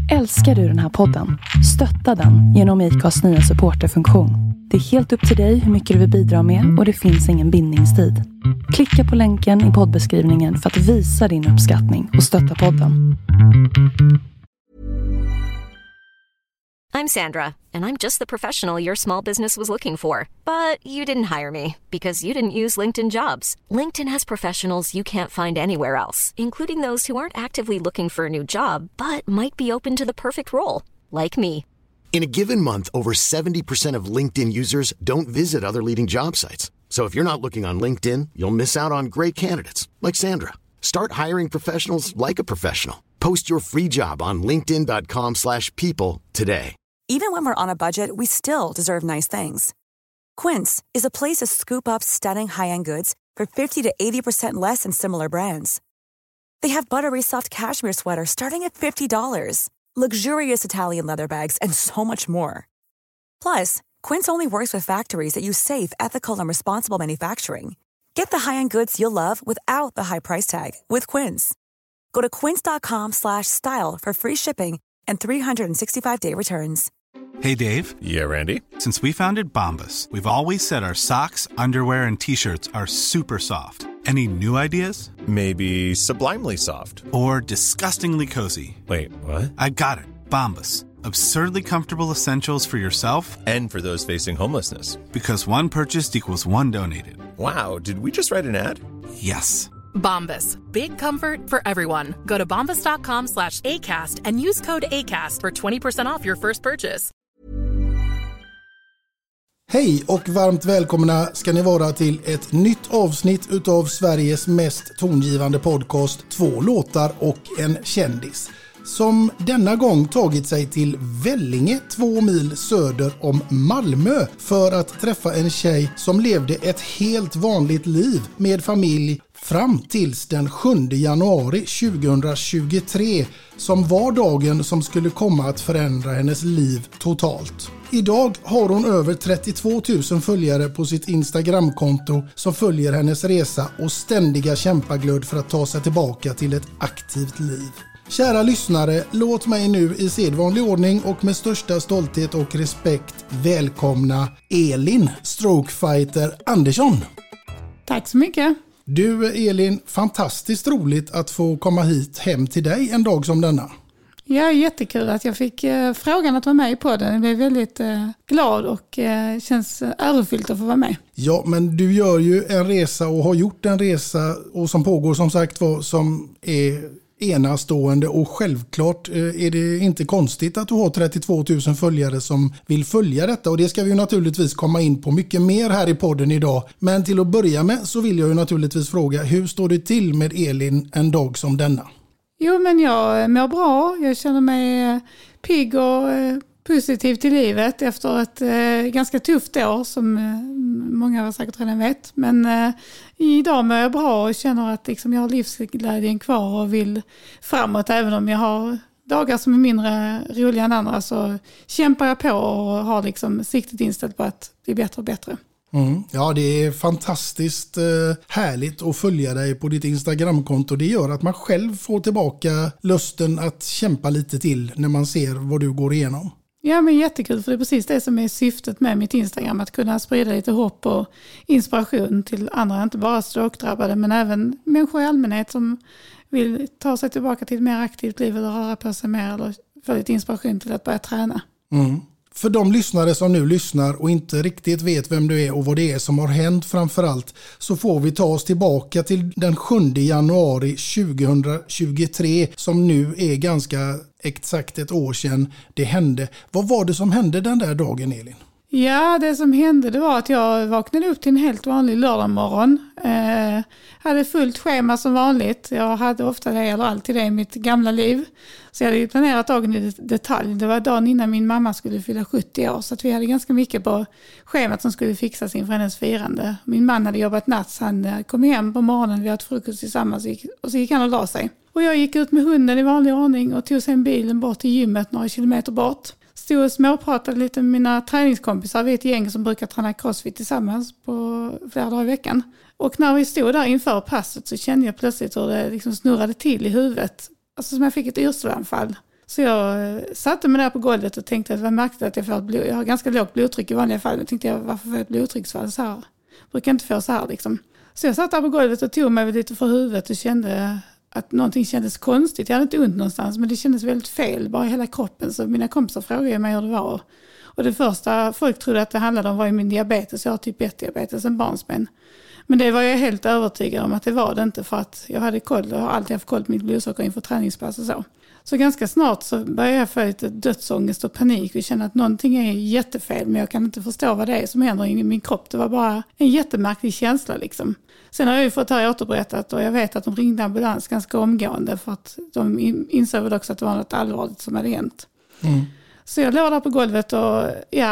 Älskar du den här podden? Stötta den genom IKAs nya supporterfunktion. Det är helt upp till dig hur mycket du vill bidra med och det finns ingen bindningstid. Klicka på länken i poddbeskrivningen för att visa din uppskattning och stötta podden. I'm Sandra, and I'm just the professional your small business was looking for. But you didn't hire me because you didn't use LinkedIn Jobs. LinkedIn has professionals you can't find anywhere else, including those who aren't actively looking for a new job, but might be open to the perfect role, like me. In a given month, over 70% of LinkedIn users don't visit other leading job sites. So if you're not looking on LinkedIn, you'll miss out on great candidates like Sandra. Start hiring professionals like a professional. Post your free job on linkedin.com/people today. Even when we're on a budget, we still deserve nice things. Quince is a place to scoop up stunning high-end goods for 50 to 80% less than similar brands. They have buttery soft cashmere sweaters starting at $50, luxurious Italian leather bags, and so much more. Plus, Quince only works with factories that use safe, ethical, and responsible manufacturing. Get the high-end goods you'll love without the high price tag with Quince. Go to quince.com/style for free shipping and 365-day returns. Hey, Dave. Yeah, Randy. Since we founded Bombas, we've always said our socks, underwear, and T-shirts are super soft. Any new ideas? Maybe sublimely soft. Or disgustingly cozy. Wait, what? I got it. Bombas. Absurdly comfortable essentials for yourself And for those facing homelessness. Because one purchased equals one donated. Wow, did we just write an ad? Yes. Bombas. Big comfort for everyone. Go to bombas.com/ACAST and use code ACAST for 20% off your first purchase. Hej och varmt välkomna ska ni vara till ett nytt avsnitt utav Sveriges mest tongivande podcast, 2 låtar och en kändis. Som denna gång tagit sig till Vellinge 2 mil söder om Malmö för att träffa en tjej som levde ett helt vanligt liv med familj fram tills den 7 januari 2023 som var dagen som skulle komma att förändra hennes liv totalt. Idag har hon över 32 000 följare på sitt Instagramkonto som följer hennes resa och ständiga kämpaglöd för att ta sig tillbaka till ett aktivt liv. Kära lyssnare, låt mig nu i sedvanlig ordning och med största stolthet och respekt välkomna Elin Strokefighter Andersson. Tack så mycket. Du Elin, fantastiskt roligt att få komma hit hem till dig en dag som denna. Ja, jättekul att jag fick frågan att vara med i podden. Jag blev väldigt glad och känns ärofyllt att få vara med. Ja, men du gör ju en resa och har gjort en resa och som pågår som sagt som är enastående och självklart är det inte konstigt att du har 32 000 följare som vill följa detta och det ska vi ju naturligtvis komma in på mycket mer här i podden idag. Men till att börja med så vill jag ju naturligtvis fråga, hur står det till med Elin en dag som denna? Jo, men jag mår bra. Jag känner mig pigg och positiv till livet efter ett ganska tufft år som många har säkert redan vet. Men idag mår jag bra och känner att liksom, jag har livsglädjen kvar och vill framåt. Även om jag har dagar som är mindre roliga än andra så kämpar jag på och har liksom siktet inställt på att bli bättre och bättre. Ja, det är fantastiskt härligt att följa dig på ditt Instagramkonto. Det gör att man själv får tillbaka lusten att kämpa lite till när man ser vad du går igenom. Ja, men jättekul, för det är precis det som är syftet med mitt Instagram, att kunna sprida lite hopp och inspiration till andra, inte bara strokedrabbade men även människor i allmänhet som vill ta sig tillbaka till ett mer aktivt liv eller röra på sig mer eller få lite inspiration till att börja träna. För de lyssnare som nu lyssnar och inte riktigt vet vem du är och vad det är som har hänt framförallt, så får vi ta oss tillbaka till den 7 januari 2023 som nu är ganska exakt ett år sedan det hände. Vad var det som hände den där dagen, Elin? Ja, det som hände det var att jag vaknade upp till en helt vanlig lördagmorgon. Hade fullt schema som vanligt. Jag hade ofta det eller alltid det i mitt gamla liv. Så jag hade planerat dagen i detalj. Det var dagen innan min mamma skulle fylla 70 år. Så att vi hade ganska mycket på schemat som skulle fixas inför hennes firande. Min man hade jobbat natt så han kom hem på morgonen. Vi hade frukost tillsammans och så gick han och la sig. Och jag gick ut med hunden i vanlig ordning och tog sen bilen bort till gymmet några kilometer bort. Stod och småpratade lite med mina träningskompisar. Vi är ett gäng som brukar träna crossfit tillsammans på flera dagar i veckan. Och när vi stod där inför passet så kände jag plötsligt hur det liksom snurrade till i huvudet. Alltså som jag fick ett yrselanfall. Så jag satte mig där på golvet och tänkte att det var märkligt att jag har ganska lågt blodtryck i vanliga fall. Jag tänkte varför får jag ett blodtrycksfall så här? Jag brukar inte få så här liksom. Så jag satt där på golvet och tog mig lite för huvudet och kände att någonting kändes konstigt. Jag hade inte ont någonstans, men det kändes väldigt fel bara i hela kroppen. Så mina kompisar frågade mig hur det var. Och det första folk trodde att det handlade om var ju min diabetes. Jag har typ 1-diabetes, en barnsben. Men det var jag helt övertygad om att det var det inte, för att jag hade koll och har alltid haft koll på mitt blodsocker inför träningspass och så. Så ganska snart så började jag få lite dödsångest och panik. Vi känner att någonting är jättefel, men jag kan inte förstå vad det är som händer i min kropp. Det var bara en jättemärklig känsla liksom. Sen har jag ju fått det här återberättat och jag vet att de ringde ambulans ganska omgående för att de insåg också att det var något allvarligt som hade hänt. Så jag låg där på golvet och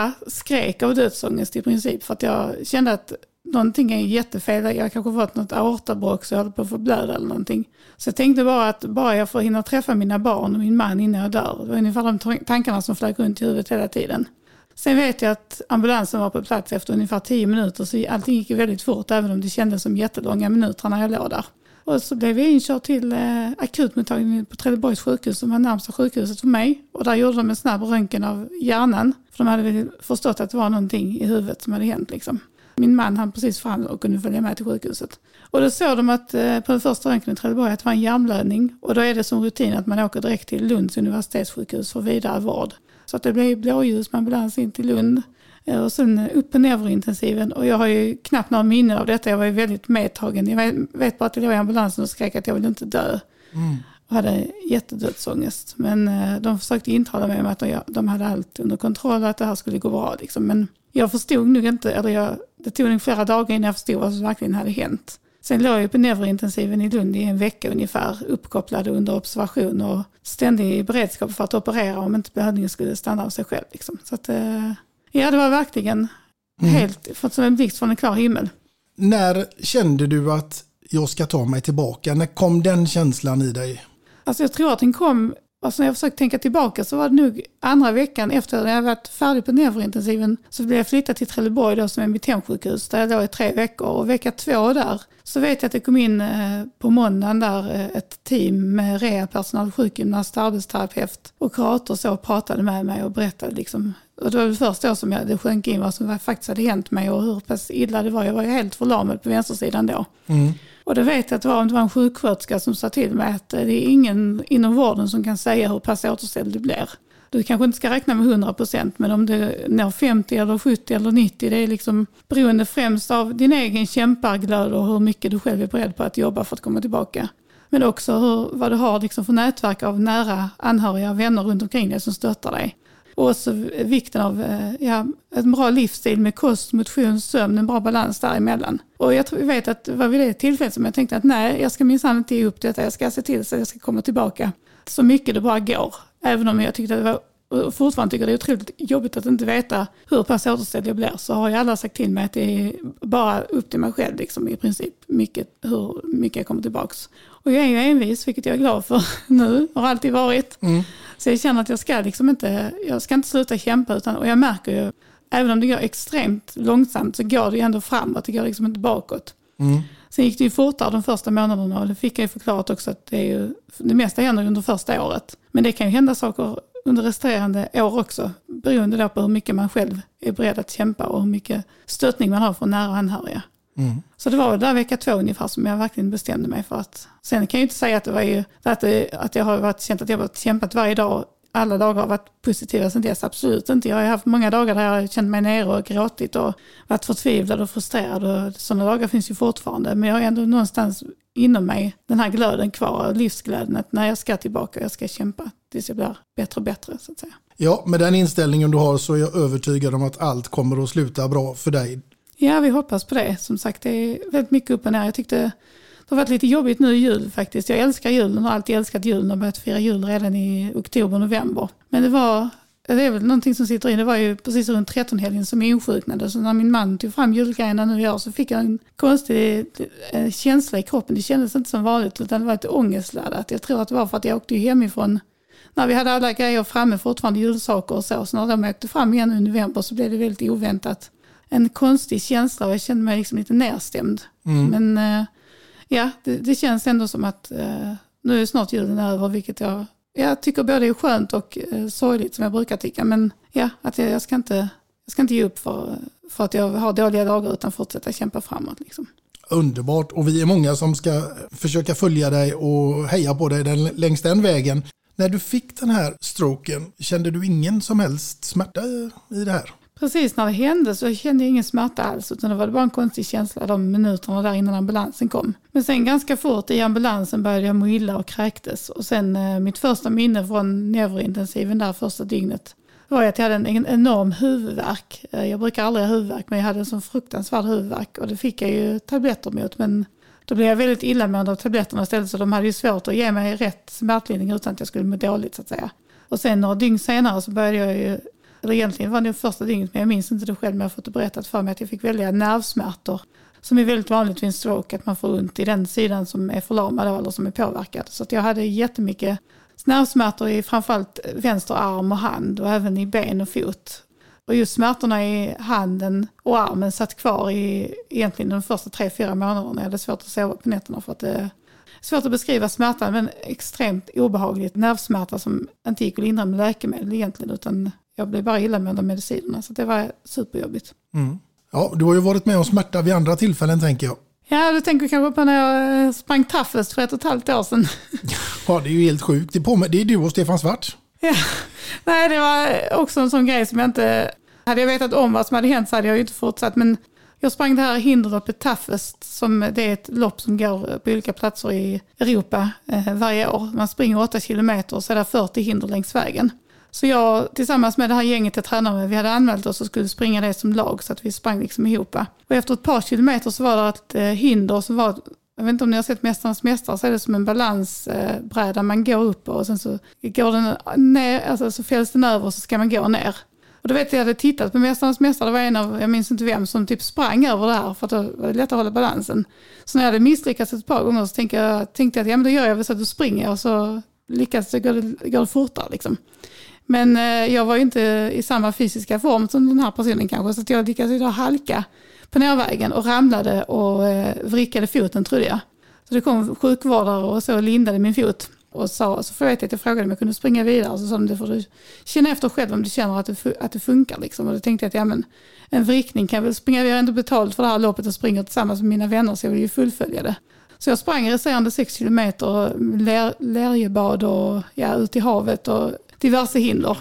skrek av dödsångest i princip, för att jag kände att någonting är jättefel. Jag kanske fått något aortabråck så jag höll på att få blöda eller någonting. Så jag tänkte bara att jag får hinna träffa mina barn och min man innan jag dör. Det var ungefär de tankarna som flög runt i huvudet hela tiden. Sen vet jag att ambulansen var på plats efter ungefär 10 minuter, så allting gick väldigt fort, även om det kändes som jättelånga minuter när jag låg där. Och så blev jag inkörd till akutmottagningen på Trelleborgs sjukhus, som var närmsta sjukhuset för mig. Och där gjorde de en snabb röntgen av hjärnan, för de hade väl förstått att det var någonting i huvudet som hade hänt liksom. Min man hann precis fram och kunde följa med till sjukhuset. Och då såg de att på den första röntgen i Trelleborg att det var en hjärnblödning. Och då är det som rutin att man åker direkt till Lunds universitetssjukhus för vidare vård. Så att det blev blåljus med ambulans in till Lund. Och sen upp på neurointensiven. Och jag har ju knappt några minnen av detta. Jag var ju väldigt medtagen. Jag vet bara att jag låg i ambulansen och skrek att jag ville inte dö. Och hade jättedödsångest. Men de försökte intala mig om att de hade allt under kontroll och att det här skulle gå bra liksom. Men jag förstod nog inte, det tog nog flera dagar innan jag förstod vad som verkligen hade hänt. Sen låg jag på neurointensiven i Lund i en vecka ungefär, uppkopplad under observation och ständig i beredskap för att operera om inte blödningen skulle stanna av sig själv. Liksom. Så att, det var verkligen helt fått som en blixt från en klar himmel. När kände du att jag ska ta mig tillbaka? När kom den känslan i dig? Alltså jag tror att den kom, när jag försökte tänka tillbaka, så var det nog andra veckan efter att jag varit färdig på neurointensiven, så blev jag flyttad till Trelleborg då, som är mitt hemsjukhus, där jag låg i 3 veckor. Och vecka 2 där så vet jag att det kom in på måndagen där ett team med rehabpersonal, sjukgymnast, arbetsterapeut och kurator så pratade med mig och berättade liksom. Och det var väl först då som det sjönk in vad som faktiskt hade hänt mig och hur pass illa det var. Jag var ju helt förlamad på vänstersidan då. Och då vet jag att det var en sjuksköterska som sa till mig att det är ingen inom vården som kan säga hur pass återställd det blir. Du kanske inte ska räkna med 100%, men om det når 50 eller 70 eller 90, det är liksom beroende främst av din egen kämparglöd och hur mycket du själv är beredd på att jobba för att komma tillbaka. Men också vad du har liksom för nätverk av nära anhöriga och vänner runt omkring dig som stöttar dig. Och också vikten av en bra livsstil med kost, motion, sömn, en bra balans däremellan. Och jag vet att det var vid det tillfället som jag tänkte att nej, jag ska minsann inte ge upp detta. Jag ska se till så att jag ska komma tillbaka så mycket det bara går. Även om jag tyckte att det var, och fortfarande tycker det är otroligt jobbigt att inte veta hur pass återställd jag blir, så har ju alla sagt till mig att det är bara upp till mig själv liksom, i princip hur mycket jag kommer tillbaks. Och jag är ju envis, vilket jag är glad för nu, har alltid varit. Så jag känner att jag ska inte sluta kämpa, och jag märker ju, även om det går extremt långsamt så går det ju ändå framåt, det går liksom inte bakåt. Sen gick det ju fortare de första månaderna, och det fick jag ju förklarat också att det mesta händer under första året. Men det kan ju hända saker under resterande år också, beroende då på hur mycket man själv är beredd att kämpa och hur mycket stöttning man har från nära anhöriga. Så det var där vecka 2 ungefär som jag verkligen bestämde mig för att. Sen kan jag ju inte säga att det var ju att jag har känt att jag har kämpat varje dag. Alla dagar har varit positiva sen dess, absolut inte. Jag har haft många dagar där jag har känt mig nere och gråtit och varit förtvivlad och frustrerad. Och sådana dagar finns ju fortfarande. Men jag har ändå någonstans inom mig den här glöden kvar, livsglöden, att när jag ska tillbaka, jag ska kämpa tills jag blir bättre och bättre, så att säga. Ja, med den inställningen du har så är jag övertygad om att allt kommer att sluta bra för dig. Ja, vi hoppas på det. Som sagt, det är väldigt mycket upp och ner. Jag tyckte det har varit lite jobbigt nu i jul faktiskt. Jag älskar julen och har alltid älskat julen och börjat fira jul redan i oktober-november. Men det är väl någonting som sitter in. Det var ju precis runt 13-helgen som jag insjuknade. Så när min man tog fram julgrejerna nu i år så fick jag en konstig känsla i kroppen. Det kändes inte som vanligt, utan det var ett ångestladdat. Jag tror att det var för att jag åkte hemifrån när vi hade alla grejer framme, fortfarande julsaker och så. Så när de åkte fram igen i november så blev det väldigt oväntat. En konstig känsla och jag kände mig liksom lite nedstämd. Men det känns ändå som att nu är snart julen över, vilket jag jag tycker både är skönt och sorgligt som jag brukar tycka. Men ja, att jag ska inte ge upp för att jag har dåliga dagar utan fortsätta kämpa framåt. Liksom. Underbart, och vi är många som ska försöka följa dig och heja på dig längs den vägen. När du fick den här stroken, kände du ingen som helst smärta i det här? Precis när det hände så kände jag ingen smärta alls, utan det var bara en konstig känsla de minuterna där innan ambulansen kom. Men sen ganska fort i ambulansen började jag må illa och kräktes. Och sen mitt första minne från neurointensiven där första dygnet var att jag hade en enorm huvudvärk. Jag brukar aldrig ha huvudvärk, men jag hade en sån fruktansvärd huvudvärk och det fick jag ju tabletter mot. Men då blev jag väldigt illamående av tabletterna istället, så de hade ju svårt att ge mig rätt smärtlindring utan att jag skulle må dåligt så att säga. Och sen några dygn senare så började jag ju, eller egentligen var det första dygnet, men jag minns inte det själv, men jag har fått det berättat för mig att jag fick väldiga nervsmärtor som är väldigt vanligt vid en stroke, att man får ont i den sidan som är förlamad eller som är påverkad. Så att jag hade jättemycket nervsmärtor i framförallt vänster arm och hand och även i ben och fot. Och just smärtorna i handen och armen satt kvar i egentligen de första 3-4 månaderna. Jag hade svårt att sova på nätterna för att det är svårt att beskriva smärtan, men extremt obehagligt. Nervsmärta som inte gick att lindra med läkemedel egentligen, utan jag blev bara illamående av medicinerna, så det var superjobbigt. Mm. Ja, du har ju varit med om smärta vid andra tillfällen, tänker jag. Ja, du tänker kanske på när jag sprang Toughest för 1,5 år sedan. Ja, det är ju helt sjukt. Det är du och Stefan Svarts. Ja, nej, det var också en sån grej som jag inte... Hade jag vetat om vad som hade hänt så hade jag ju inte fortsatt. Men jag sprang det här hinderloppet Toughest, som det är ett lopp som går på olika platser i Europa varje år. Man springer 8 kilometer och så är det 40 hinder längs vägen. Så jag tillsammans med det här gänget jag tränar med, vi hade anmält oss och skulle springa det som lag, så att vi sprang liksom ihop. Och efter ett par kilometer så var det ett hinder som var, jag vet inte om ni har sett Mästarnas mästare, så är det som en balansbräda man går upp och sen så går den ner, alltså så fälls den över och så ska man gå ner. Och då vet jag hade tittat på Mästarnas mästare, det var en av, jag minns inte vem, som typ sprang över det här för att det var lätt att hålla balansen. Så när jag hade misslyckats ett par gånger så tänkte jag att ja, men då gör jag väl så att du springer och så lyckas det, går det fortare liksom. Men jag var ju inte i samma fysiska form som den här personen kanske, så att jag lyckades idag halka på närvägen och ramlade och vrickade foten, trodde jag. Så det kom sjukvårdare och så lindade min fot och så får jag veta att jag frågade om jag kunde springa vidare, och så sa de, det får du känna efter själv om du känner att det funkar liksom. Och då tänkte jag att ja, men en vrickning kan jag väl springa, jag har ändå betalt för det här loppet och springer tillsammans med mina vänner, så jag vill ju fullfölja det. Så jag sprang resterande 6 kilometer, lärjebad och ut i havet och diverse hinder.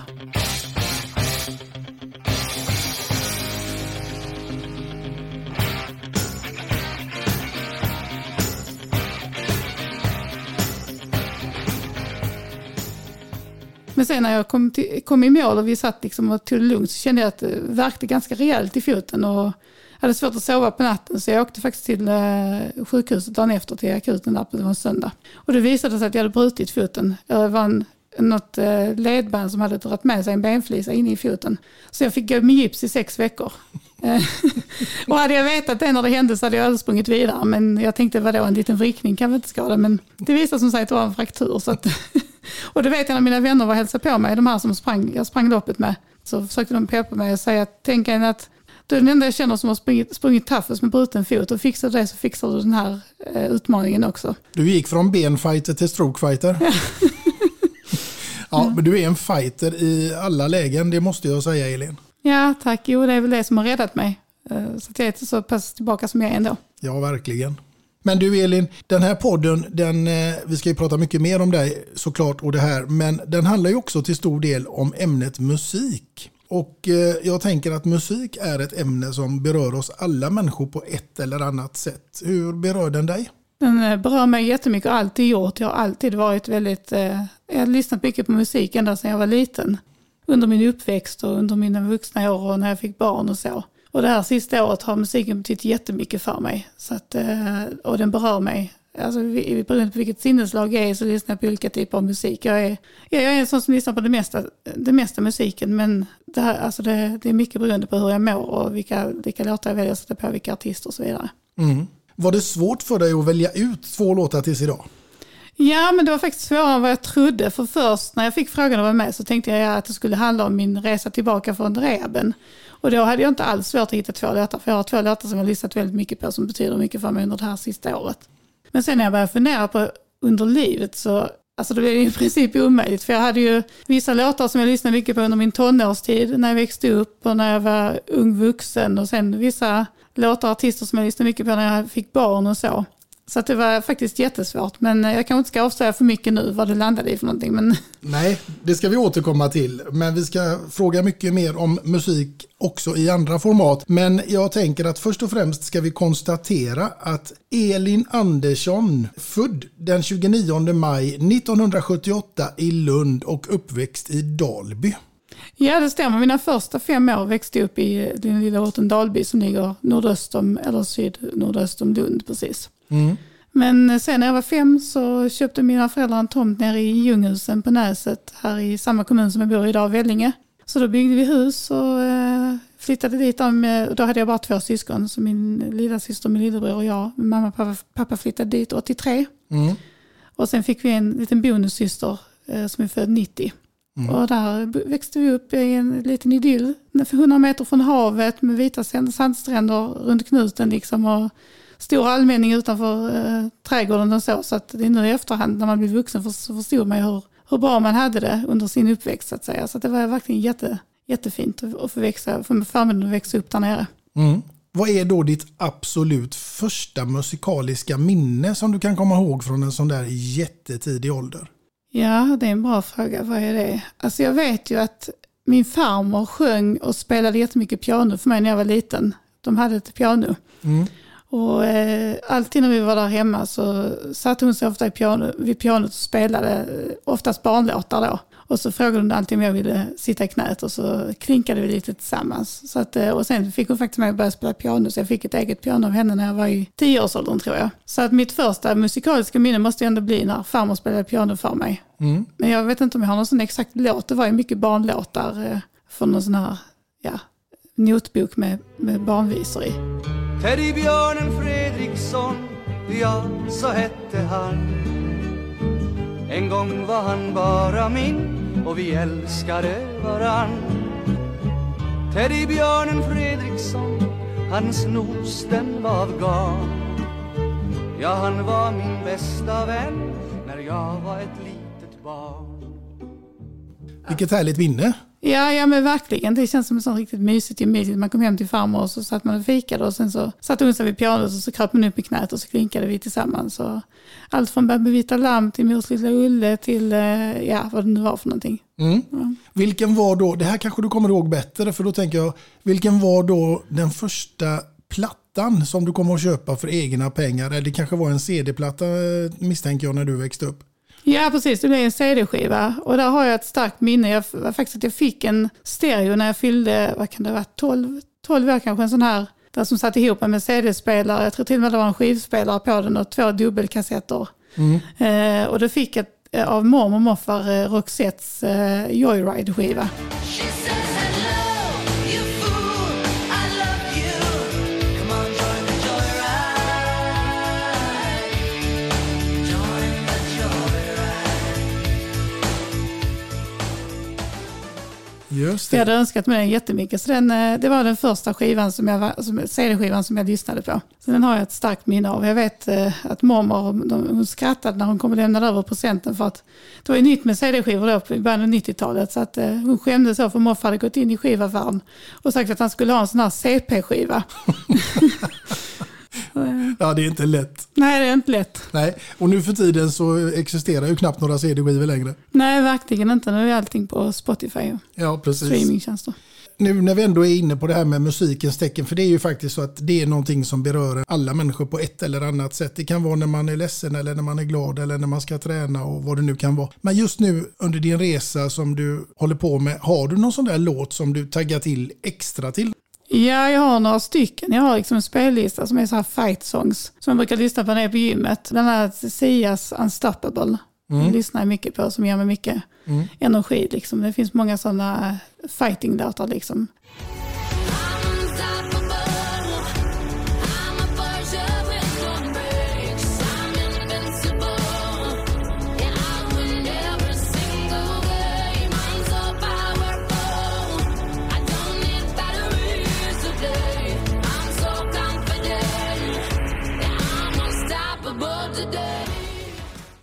Men sen när jag kom i mål och vi satt liksom och tog det lugnt, så kände jag att det verkade ganska rejält i foten och hade svårt att sova på natten, så jag åkte faktiskt till sjukhuset dagen efter, till akuten där, det var en söndag. Och det visade sig att jag hade brutit foten. Det var något ledband som hade dragit med sig en benflisa in i foten. Så jag fick gå med gips i 6 veckor. Och hade jag vetat det när det hände så hade jag aldrig sprungit vidare. Men jag tänkte, vadå, en liten vrickning kan väl inte skada. Men det visade som sagt att det var en fraktur. Så att och det vet jag när mina vänner var hälsa på mig, de här som jag sprang loppet med. Så försökte de peppa mig och säga att tänk en att du är den enda jag känner som har sprungit Toughest med bruten fot, och fixar det så fixar du den här utmaningen också. Du gick från benfighter till strokefighter. Ja. Ja, men du är en fighter i alla lägen, det måste jag säga, Elin. Ja, tack. Jo, det är väl det som har räddat mig. Så att jag är inte så pass tillbaka som jag är ändå. Ja, verkligen. Men du Elin, den här podden, vi ska ju prata mycket mer om dig såklart och det här, men den handlar ju också till stor del om ämnet musik. Och jag tänker att musik är ett ämne som berör oss alla människor på ett eller annat sätt. Hur berör den dig? Den berör mig jättemycket och alltid gjort. Jag har alltid varit väldigt... jag har lyssnat mycket på musik ända sedan jag var liten. Under min uppväxt och under mina vuxna år och när jag fick barn och så. Och det här sista året har musiken betytt jättemycket för mig. Så att, och den berör mig. Alltså, beroende på vilket sinneslag jag är så lyssnar jag på olika typer av musik. Jag är en sån som lyssnar på det mesta musiken. Men det är mycket beroende på hur jag mår och vilka låtar jag väljer att sätta på, vilka artister och så vidare. Mm. Var det svårt för dig att välja ut 2 låtar tills idag? Ja, men det var faktiskt svårare än vad jag trodde. För först när jag fick frågan att vara med så tänkte jag att det skulle handla om min resa tillbaka från rehaben. Och då hade jag inte alls svårt att hitta 2 låtar. För jag har 2 låtar som jag har lyssnat väldigt mycket på som betyder mycket för mig under det här sista året. Men sen när jag började fundera på under livet så Alltså det blev i princip omöjligt, för jag hade ju vissa låtar som jag lyssnade mycket på under min tonårstid när jag växte upp och när jag var ung vuxen, och sen vissa låtar och artister som jag lyssnade mycket på när jag fick barn och så. Så att det var faktiskt jättesvårt, men jag kanske inte ska avslöja för mycket nu vad det landade i för någonting. Men... Nej, det ska vi återkomma till, men vi ska fråga mycket mer om musik också i andra format. Men jag tänker att först och främst ska vi konstatera att Elin Andersson, född den 29 maj 1978 i Lund och uppväxt i Dalby. Ja, det stämmer. Mina första 5 år växte upp i den lilla orten Dalby som ligger syd-nordöst om Lund precis. Mm. Men sen när jag var 5 så köpte mina föräldrar en tomt nere i Ljunghusen på Näset, här i samma kommun som jag bor i idag, Vellinge. Så då byggde vi hus och flyttade dit. Då hade jag bara 2 syskon, så min lilla syster, min lillebror och jag. Mamma och pappa flyttade dit 83. Mm. Och sen fick vi en liten bonussyster som är född 90. Mm. Och där växte vi upp i en liten idyll 100 meter från havet med vita sandstränder runt knuten liksom, och stor allmänning utanför trädgården och så att det är nu i efterhand när man blir vuxen så förstod man hur bra man hade det under sin uppväxt så att säga. Så att det var verkligen jättefint att få förmånen att växa upp där nere. Mm. Vad är då ditt absolut första musikaliska minne som du kan komma ihåg från en sån där jättetidig ålder? Ja, det är en bra fråga. Vad är det? Alltså jag vet ju att min farmor sjöng och spelade jättemycket piano för mig när jag var liten. De hade ett piano. Mm. Och alltid när vi var där hemma så satt hon sig ofta vid pianot och spelade oftast barnlåtar då. Och så frågade hon alltid om jag ville sitta i knät och så klinkade vi lite tillsammans. Så att, och sen fick hon faktiskt med att börja spela piano, så jag fick ett eget piano av henne när jag var i 10-årsåldern tror jag. Så att mitt första musikaliska minne måste ju ändå bli när farmor spelade piano för mig. Mm. Men jag vet inte om jag har någon sån exakt låt. Det var ju mycket barnlåtar från någon sån här notbok med barnvisor i. Teddybjörnen Fredriksson, ja så hette han. En gång var han bara min och vi älskade varann. Teddybjörnen Fredriksson, hans nos den var av garn. Ja, han var min bästa vän när jag var ett litet barn. Vilket härligt minne. Ja, men verkligen. Det känns som ett sånt riktigt mysigt. Man kom hem till farmor och så satt man och fikade och sen så satt hon sig vid pianot och så kröp man upp i knät och så klinkade vi tillsammans. Och allt från Babbe Vita Lamm till Mors lilla Ulle till vad det nu var för någonting. Mm. Ja. Vilken var då, det här kanske du kommer ihåg bättre, för då tänker jag, vilken var då den första plattan som du kommer att köpa för egna pengar? Eller det kanske var en CD-platta misstänker jag när du växte upp. Ja, precis. Det blev en CD-skiva. Och där har jag ett starkt minne. Jag fick en stereo när jag fyllde, vad kan det vara, 12 år kanske. En sån här, där som satt ihop med CD-spelare. Jag tror till och med det var en skivspelare på den och 2 dubbelkassetter. Mm. Och då fick jag av mormor och morfar Roxettes Joyride-skiva. Just det. Jag hade önskat mig den jättemycket. Så det var den första skivan CD-skivan som jag lyssnade på. Så den har jag ett starkt minne av. Jag vet att mormor hon skrattade när hon kom och lämnade över presenten, för att det var ju nytt med CD-skivor då i början av 90-talet. Så att hon skämde så för morfar hade gått in i skivaffären och sagt att han skulle ha en sån här CP-skiva. Ja, det är inte lätt. Nej, det är inte lätt. Nej, och nu för tiden så existerar ju knappt några CD-skivor längre. Nej, verkligen inte. Nu är allting på Spotify och streamingtjänster. Nu när vi ändå är inne på det här med musikens tecken, för det är ju faktiskt så att det är någonting som berör alla människor på ett eller annat sätt. Det kan vara när man är ledsen eller när man är glad eller när man ska träna och vad det nu kan vara. Men just nu under din resa som du håller på med, har du någon sån där låt som du taggar till extra till? Ja, jag har några stycken. Jag har liksom en spellista som är så här fight songs som jag brukar lyssna på när jag är på gymmet. Den här Sias Unstoppable. Jag lyssnar mycket på, som ger mig mycket energi. Liksom. Det finns många sådana fighting-låtar liksom.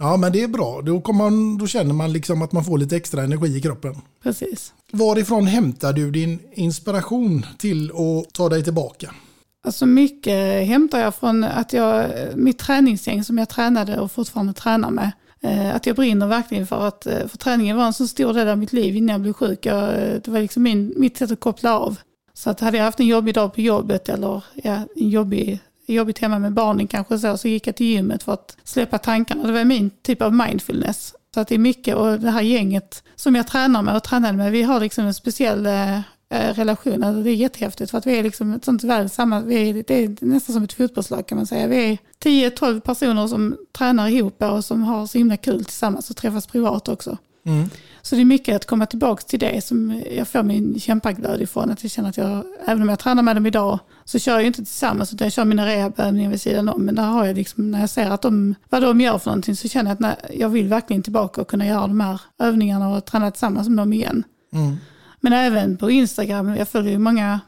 Ja, men det är bra. Då känner man liksom att man får lite extra energi i kroppen. Precis. Varifrån hämtar du din inspiration till att ta dig tillbaka? Alltså mycket hämtar jag från att mitt träningsgäng som jag tränade och fortfarande tränar med. Att jag brinner verkligen för träningen var en så stor del av mitt liv innan jag blev sjuk. Det var liksom mitt sätt att koppla av. Så att hade jag haft en jobbig dag på jobbet eller en jobbigt hemma med barnen kanske så gick jag till gymmet för att släppa tankarna. Det var min typ av mindfulness. Så att det är mycket, och det här gänget som jag tränar med och tränade med, vi har liksom en speciell relation. Alltså det är jättehäftigt för att vi är liksom ett sånt väl samma, det är nästan som ett fotbollslag kan man säga. Vi är 10-12 personer som tränar ihop och som har så himla kul tillsammans och träffas privat också. Mm. Så det är mycket att komma tillbaka till det som jag får min kämpaglöd ifrån. Att jag känner att även om jag tränar med dem idag så kör jag inte tillsammans utan jag kör mina rehabövningar vid sidan om. Men där har jag liksom, när jag ser att vad de gör för någonting så känner jag att jag vill verkligen tillbaka och kunna göra de här övningarna och träna tillsammans med dem igen. Mm. Men även på Instagram, jag följer ju många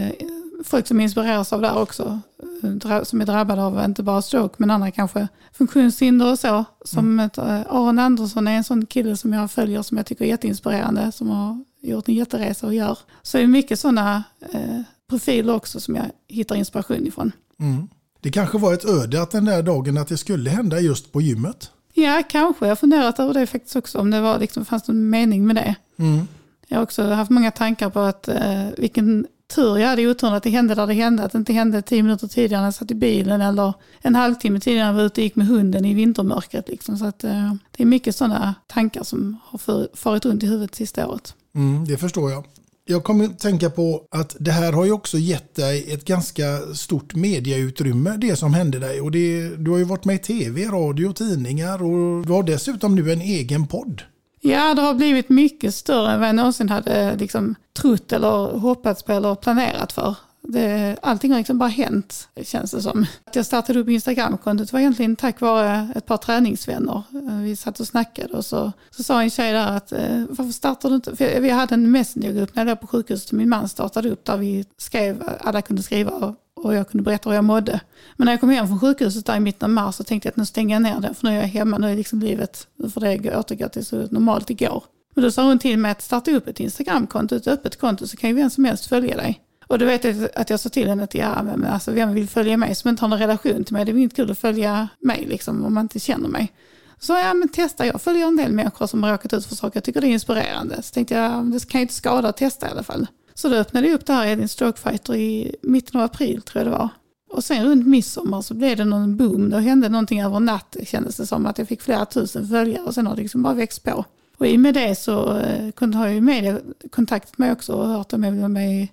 folk som inspireras av det också. Som är drabbade av inte bara stroke men andra kanske funktionshinder och så. Som Aron Andersson är en sån kille som jag följer som jag tycker är jätteinspirerande. Som har gjort en jätteresa och gör. Så det är mycket sådana profiler också som jag hittar inspiration ifrån. Mm. Det kanske var ett öde att den där dagen att det skulle hända just på gymmet? Ja, kanske. Jag har funderat över det faktiskt också. Om det var liksom, fanns någon mening med det. Mm. Jag har också haft många tankar på att vilken tur jag hade oturen att det hände där det hände. Att det inte hände 10 minuter tidigare när jag satt i bilen eller en halvtimme tidigare när jag var ute och gick med hunden i vintermörkret. Liksom. Så att, det är mycket sådana tankar som har farit runt i huvudet sista året. Det förstår jag. Jag kommer att tänka på att det här har ju också gett dig ett ganska stort mediautrymme, det som hände dig. Och du har ju varit med i tv, radio, tidningar och du har dessutom nu en egen podd. Ja, det har blivit mycket större än vad jag någonsin hade liksom trott eller hoppats på eller planerat för. Allting har liksom bara hänt, känns det som. Att jag startade upp Instagram-kontot var egentligen tack vare ett par träningsvänner. Vi satt och snackade och så sa en tjej där att varför startar du inte? För vi hade en messengergrupp när jag var på sjukhuset. Min man startade upp där vi skrev, alla kunde skriva och jag kunde berätta hur jag mådde. Men när jag kom hem från sjukhuset där i mitten av mars så tänkte jag att nu stänger jag ner den. För nu är jag hemma, nu är liksom livet, nu får det återgå till så normalt igår. Men då sa hon till mig att starta upp ett Instagram-konto, ett öppet konto, så kan ju vem som helst följa dig. Och då vet jag att jag sa till henne att men alltså, vem vill följa mig som inte har någon relation till mig? Det är inte kul att följa mig liksom, om man inte känner mig. Så men testa, jag följer en del människor som har råkat ut för saker. Jag tycker det är inspirerande. Så tänkte jag, det kan ju inte skada att testa i alla fall. Så då öppnade jag upp det här Edin Stroke Fighter i mitten av april tror jag det var. Och sen runt midsommar så blev det någon boom. Då hände någonting över natt. Det kändes det som att jag fick flera tusen följare och sen har det liksom bara växt på. Och i med det så har jag ju media kontaktat mig också och hört om jag var med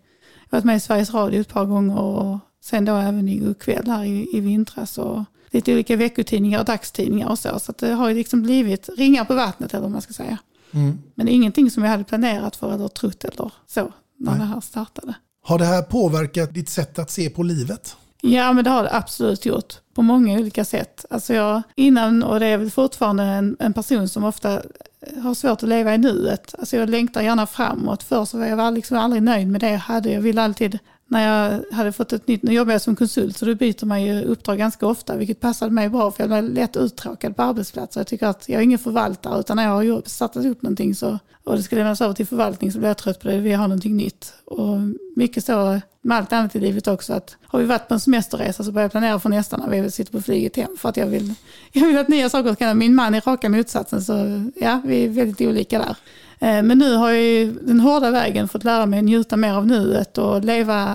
i Sveriges Radio ett par gånger och sen då även i kväll här i vintras och lite olika veckotidningar och dagstidningar och så. Så att det har ju liksom blivit ringar på vattnet eller vad man ska säga. Mm. Men det är ingenting som jag hade planerat för eller trott eller så när det här startade. Har det här påverkat ditt sätt att se på livet? Ja, men det har det absolut gjort. På många olika sätt. Alltså jag innan, och det är väl fortfarande en person som ofta har svårt att leva i nuet. Alltså jag längtar gärna framåt. Först var jag liksom aldrig nöjd med det jag hade. Jag ville alltid, när jag hade fått ett nytt, nu jobbar jag som konsult så då byter man ju uppdrag ganska ofta. Vilket passade mig bra för jag blev lätt uttråkad på arbetsplatser. Jag tycker att jag är ingen förvaltare utan när jag har startat upp någonting och det ska lämnas över till förvaltning så blir jag trött på det. Vi har någonting nytt. Och mycket så med allt annat i livet också att har vi varit på en semesterresa så börjar jag planera för nästa när vi sitter på flyget hem för att jag vill att nya saker ska hända. Min man är raka motsatsen så ja, vi är väldigt olika där. Men nu har jag ju den hårda vägen fått lära mig att njuta mer av nuet och leva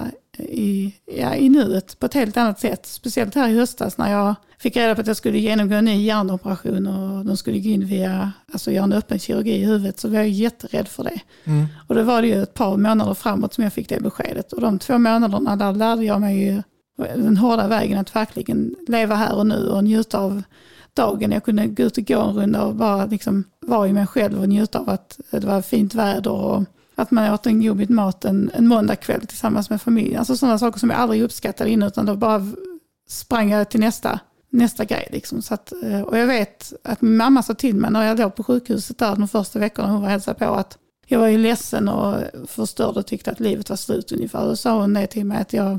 i nuet på ett helt annat sätt. Speciellt här i höstas när jag fick reda på att jag skulle genomgå en ny hjärnoperation och de skulle gå in göra en öppen kirurgi i huvudet så var jag jätterädd för det. Mm. Och då var det ju ett par månader framåt som jag fick det beskedet. Och de 2 månaderna där lärde jag mig ju den hårda vägen att verkligen leva här och nu och njuta av dagen. Jag kunde gå ut och gå en runda och bara liksom vara i mig själv och njuta av att det var fint väder och att man åt en god bit mat en måndagkväll tillsammans med familjen. Alltså sådana saker som jag aldrig uppskattade innan utan då bara sprang jag till nästa grej. Liksom. Så att, och jag vet att min mamma sa till mig när jag låg på sjukhuset där de första veckorna hon var hälsade på att jag var ju ledsen och förstörd och tyckte att livet var slut ungefär. Då sa hon det till mig att jag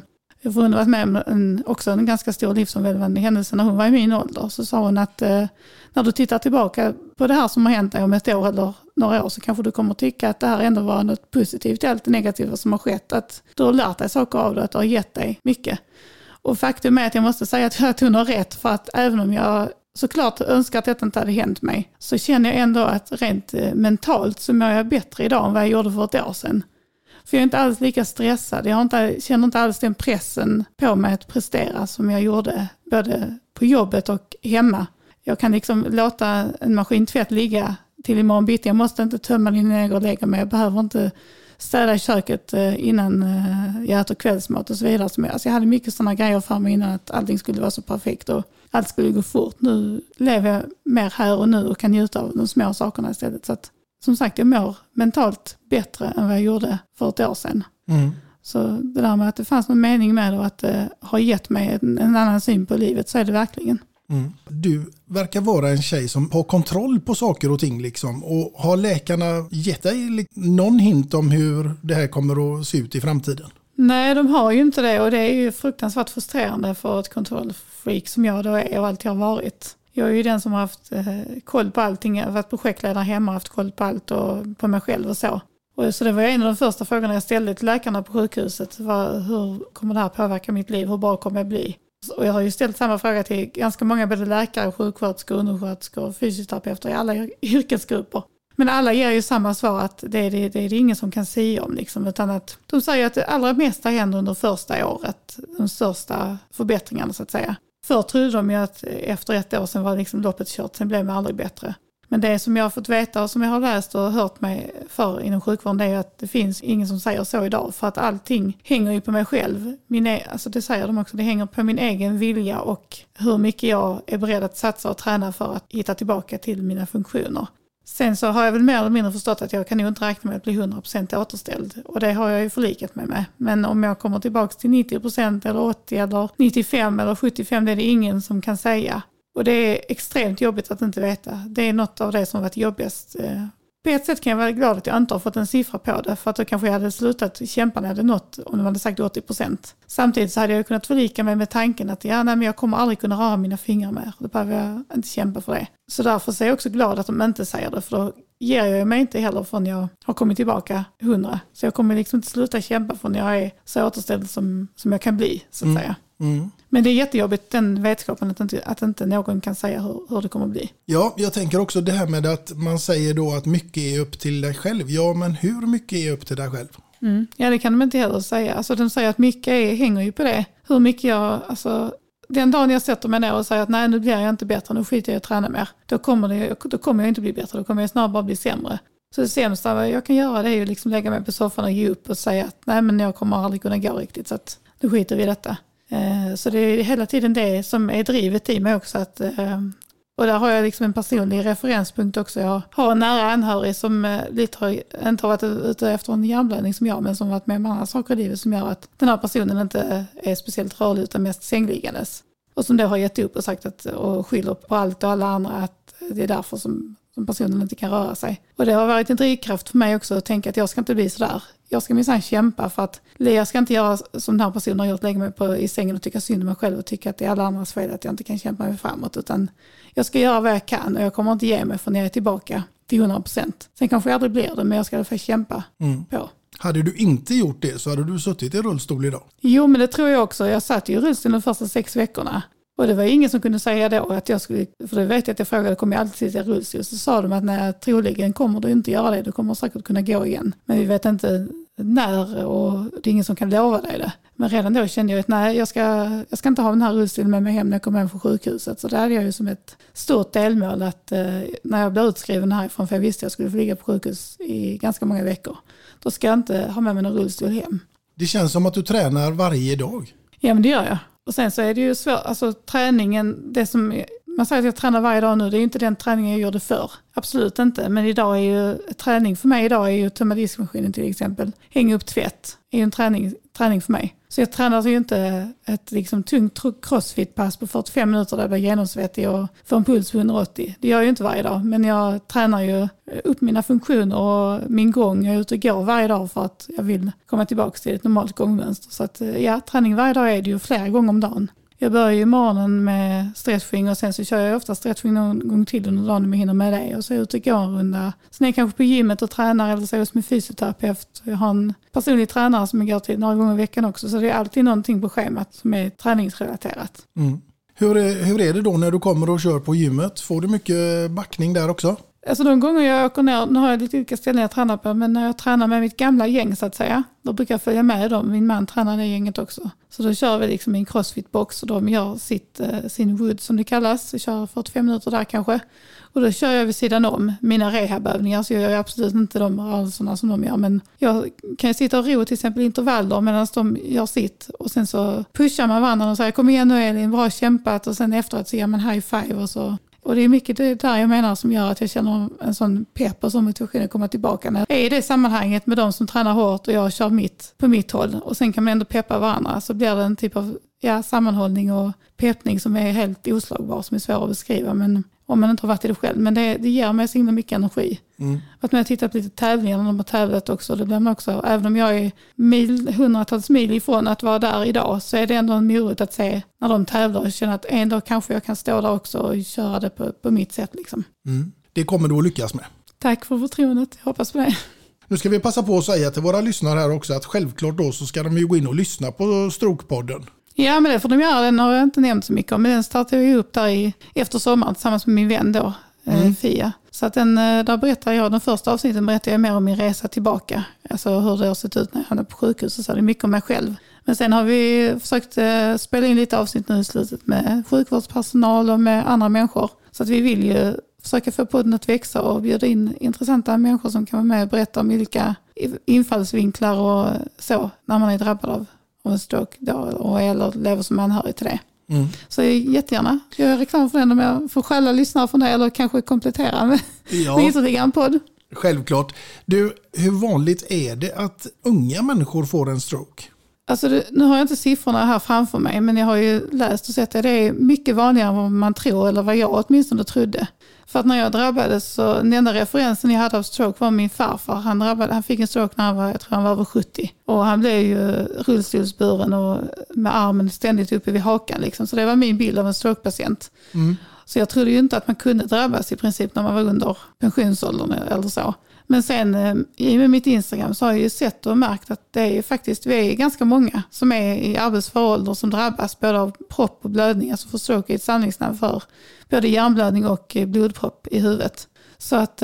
för hon har varit med om också en ganska stor livsomvälvande händelse när hon var i min ålder. Så sa hon att när du tittar tillbaka på det här som har hänt dig om ett år eller några år så kanske du kommer tycka att det här ändå var något positivt i allt det negativa som har skett. Att du har lärt dig saker av det, att det har gett dig mycket. Och faktum är att jag måste säga att hon har rätt, för att även om jag såklart önskar att detta inte hade hänt mig så känner jag ändå att rent mentalt så mår jag bättre idag än vad jag gjorde för ett år sedan. För jag är inte alls lika stressad. Jag känner inte alls den pressen på mig att prestera som jag gjorde både på jobbet och hemma. Jag kan liksom låta en maskintvätt ligga till imorgon bitti. Jag måste inte tömma den innan jag går och lägger mig. Jag behöver inte städa i köket innan jag äter kvällsmat och så vidare. Alltså jag hade mycket sådana grejer för mig innan att allting skulle vara så perfekt och allt skulle gå fort. Nu lever jag mer här och nu och kan njuta av de små sakerna istället. Så att, som sagt, jag mår mentalt bättre än vad jag gjorde för ett år sedan. Mm. Så det där med att det fanns någon mening med det och att det har gett mig en annan syn på livet, så är det verkligen. Mm. Du verkar vara en tjej som har kontroll på saker och ting liksom. Och har läkarna gett dig någon hint om hur det här kommer att se ut i framtiden? Nej, de har ju inte det, och det är ju fruktansvärt frustrerande för ett kontrollfreak som jag då är och alltid har varit. Jag är ju den som har haft koll på allting. Jag har varit projektledare hemma och haft koll på allt och på mig själv och så. Och så det var en av de första frågorna jag ställde till läkarna på sjukhuset. Hur kommer det här påverka mitt liv? Hur bra kommer jag bli? Och jag har ju ställt samma fråga till ganska många, både läkare, sjuksköterskor, undersköterskor och fysioterapeuter i alla yrkesgrupper. Men alla ger ju samma svar, att det är ingen som kan säga om. Liksom, utan att de säger att det allra mesta händer under första året. De största förbättringarna så att säga. Förr trodde de ju att efter ett år sedan var liksom loppet kört, sen blev det aldrig bättre. Men det som jag har fått veta och som jag har läst och hört mig för inom sjukvården, det är att det finns ingen som säger så idag. För att allting hänger ju på mig själv. Alltså det säger de också, det hänger på min egen vilja och hur mycket jag är beredd att satsa och träna för att hitta tillbaka till mina funktioner. Sen så har jag väl mer eller mindre förstått att jag kan ju inte räkna med att bli 100% återställd. Och det har jag ju förlikat mig med. Men om jag kommer tillbaka till 90% eller 80% eller 95% eller 75%, det är det ingen som kan säga. Och det är extremt jobbigt att inte veta. Det är något av det som varit jobbigast. På ett sätt kan jag vara glad att jag inte har fått en siffra på det. För att då kanske jag hade slutat kämpa när jag hade nått, om de hade sagt 80%. Samtidigt så hade jag kunnat förlika mig med tanken att men jag kommer aldrig kunna röra mina fingrar mer. Då behöver jag inte kämpa för det. Så därför så är jag också glad att de inte säger det. För då ger jag mig inte heller förrän jag har kommit tillbaka 100. Så jag kommer liksom inte sluta kämpa förrän jag är så återställd som jag kan bli, så att säga. Mm. Men det är jättejobbigt, den vetskapen att inte någon kan säga hur det kommer att bli. Ja, jag tänker också det här med att man säger då att mycket är upp till dig själv. Ja, men hur mycket är upp till dig själv? Mm. Ja, det kan de inte heller säga. Alltså de säger att mycket hänger ju på det. Hur mycket den dagen jag sätter mig ner och säger att nej, nu blir jag inte bättre, nu skiter jag i att träna mer. Då kommer jag inte bli bättre, då kommer jag snarare bara bli sämre. Så det sämsta jag kan göra, det är ju liksom lägga mig på soffan och ge upp och säga att nej, men jag kommer aldrig kunna gå riktigt, så att nu skiter vi i detta. Så det är hela tiden det som är drivet i mig också. Och där har jag liksom en personlig referenspunkt också. Jag har en nära anhörig som inte har varit ute efter en hjärnblödning som jag, men som varit med om andra saker i livet som gör att den här personen inte är speciellt rörlig utan mest sängliggandes. Och som då har gett upp och sagt och skyller på allt och alla andra att det är därför som personen inte kan röra sig. Och det har varit en drivkraft för mig också att tänka att jag ska inte bli sådär. Jag ska minsann kämpa för att jag ska inte göra som den här personen har gjort, lägga mig i sängen och tycka synd om mig själv och tycka att det är alla andras fel att jag inte kan kämpa mig framåt, utan jag ska göra vad jag kan och jag kommer inte ge mig för när jag är tillbaka till 100%. Sen kanske jag aldrig blir det, men jag ska få kämpa på. Hade du inte gjort det så hade du suttit i rullstol idag? Jo, men det tror jag också. Jag satt ju i rullstol de första 6 veckorna. Och det var ingen som kunde säga då att jag skulle, för det vet jag att jag frågade, kommer jag alltid sitta i rullstol? Så sa de att när troligen kommer du inte göra det, du kommer säkert kunna gå igen. Men vi vet inte när och det är ingen som kan lova dig det. Men redan då kände jag att nej, jag ska inte ha den här rullstolen med mig hem när jag kommer hem från sjukhuset. Så det hade jag ju som ett stort delmål att när jag blev utskriven härifrån, för jag visste att jag skulle få ligga på sjukhus i ganska många veckor, då ska jag inte ha med mig någon rullstol hem. Det känns som att du tränar varje dag. Ja, men det gör jag. Och sen så är det ju svårt, alltså träningen, det som man säger att jag tränar varje dag nu. Det är ju inte den träningen jag gjorde förr. Absolut inte. Men idag är ju träning för mig idag är ju tömma diskmaskinen till exempel. Hänga upp tvätt är ju en träning för mig. Så jag tränar ju inte ett liksom tungt crossfit-pass på 45 minuter där jag blir genomsvettig och får en puls på 180. Det gör jag ju inte varje dag. Men jag tränar ju upp mina funktioner och min gång. Jag är ute och går varje dag för att jag vill komma tillbaka till ett normalt gångmönster. Så att ja, träning varje dag är det ju flera gånger om dagen. Jag börjar ju morgonen med stretching och sen så kör jag ofta stretching någon gång till under dagen om jag hinner med det. Och så är jag ute och går en runda. Sen är jag kanske på gymmet och tränar eller så är jag som fysioterapeut. Jag har en personlig tränare som jag går till några gånger i veckan också. Så det är alltid någonting på schemat som är träningsrelaterat. Mm. Hur är det då när du kommer och kör på gymmet? Får du mycket backning där också? Alltså de gånger jag åker ner, nu har jag lite olika ställen jag tränar på, men när jag tränar med mitt gamla gäng så att säga, då brukar jag följa med dem. Min man tränar det gänget också. Så då kör vi liksom i en crossfit-box och de gör sin wood som det kallas. Jag kör 45 minuter där kanske. Och då kör jag vid sidan om mina rehabövningar, så jag gör absolut inte de rörelserna som de gör. Men jag kan ju sitta och ro till exempel intervaller medan de gör sitt. Och sen så pushar man varandra och säger kom igen nu Elin, bra kämpat. Och sen efteråt så ger man high five och så. Och det är mycket det där jag menar som gör att jag känner en sån pepp och sån motivation att komma tillbaka. När jag är i det sammanhanget med de som tränar hårt och jag kör på mitt håll. Och sen kan man ändå peppa varandra. Så blir det en typ av sammanhållning och peppning som är helt oslagbar, som är svår att beskriva. Men om man inte har varit i det själv. Men det ger mig så himla mycket energi. Att när jag tittar på lite tävlingar när de har tävlat också. Det blir man också, även om jag är hundratals mil ifrån att vara där idag, så är det ändå en morot att se när de tävlar och känna att en dag kanske jag kan stå där också och köra det på mitt sätt. Liksom. Det kommer du att lyckas med. Tack för förtroendet, jag hoppas på det. Nu ska vi passa på att säga till våra lyssnare här också att självklart då så ska de ju gå in och lyssna på Strokepodden. Ja, men det får de göra. Den har jag inte nämnt så mycket om. Men den startade jag upp där efter sommaren tillsammans med min vän då, Fia. Så att där berättar jag, den första avsnitten berättar jag mer om min resa tillbaka. Alltså hur det har sett ut när jag hamnade på sjukhus. Så det är mycket om mig själv. Men sen har vi försökt spela in lite avsnitt nu i slutet med sjukvårdspersonal och med andra människor. Så att vi vill ju försöka få podden att växa och bjuda in intressanta människor som kan vara med och berätta om olika infallsvinklar och så när man är drabbad av en stroke då, eller lever som anhörig till det. Så jättegärna gör reklam för den om jag får själva lyssna från det eller kanske komplettera med ytterligare en podd. Självklart. Du, hur vanligt är det att unga människor får en stroke? Alltså nu har jag inte siffrorna här framför mig, men jag har ju läst och sett att det är mycket vanligare än vad man tror, eller vad jag åtminstone trodde. För att när jag drabbades så den enda referensen jag hade av stroke var min farfar. Han fick en stroke när han var över 70. Och han blev ju rullstolsburen och med armen ständigt uppe vid hakan. Liksom. Så det var min bild av en strokepatient. Så jag trodde ju inte att man kunde drabbas i princip när man var under pensionsåldern eller så. Men sen med mitt Instagram så har jag ju sett och märkt att det är faktiskt, vi är ganska många som är i arbetsför ålder som drabbas både av propp och blödning, alltså för stroke är ett samlingsnamn för både hjärnblödning och blodpropp i huvudet. Så att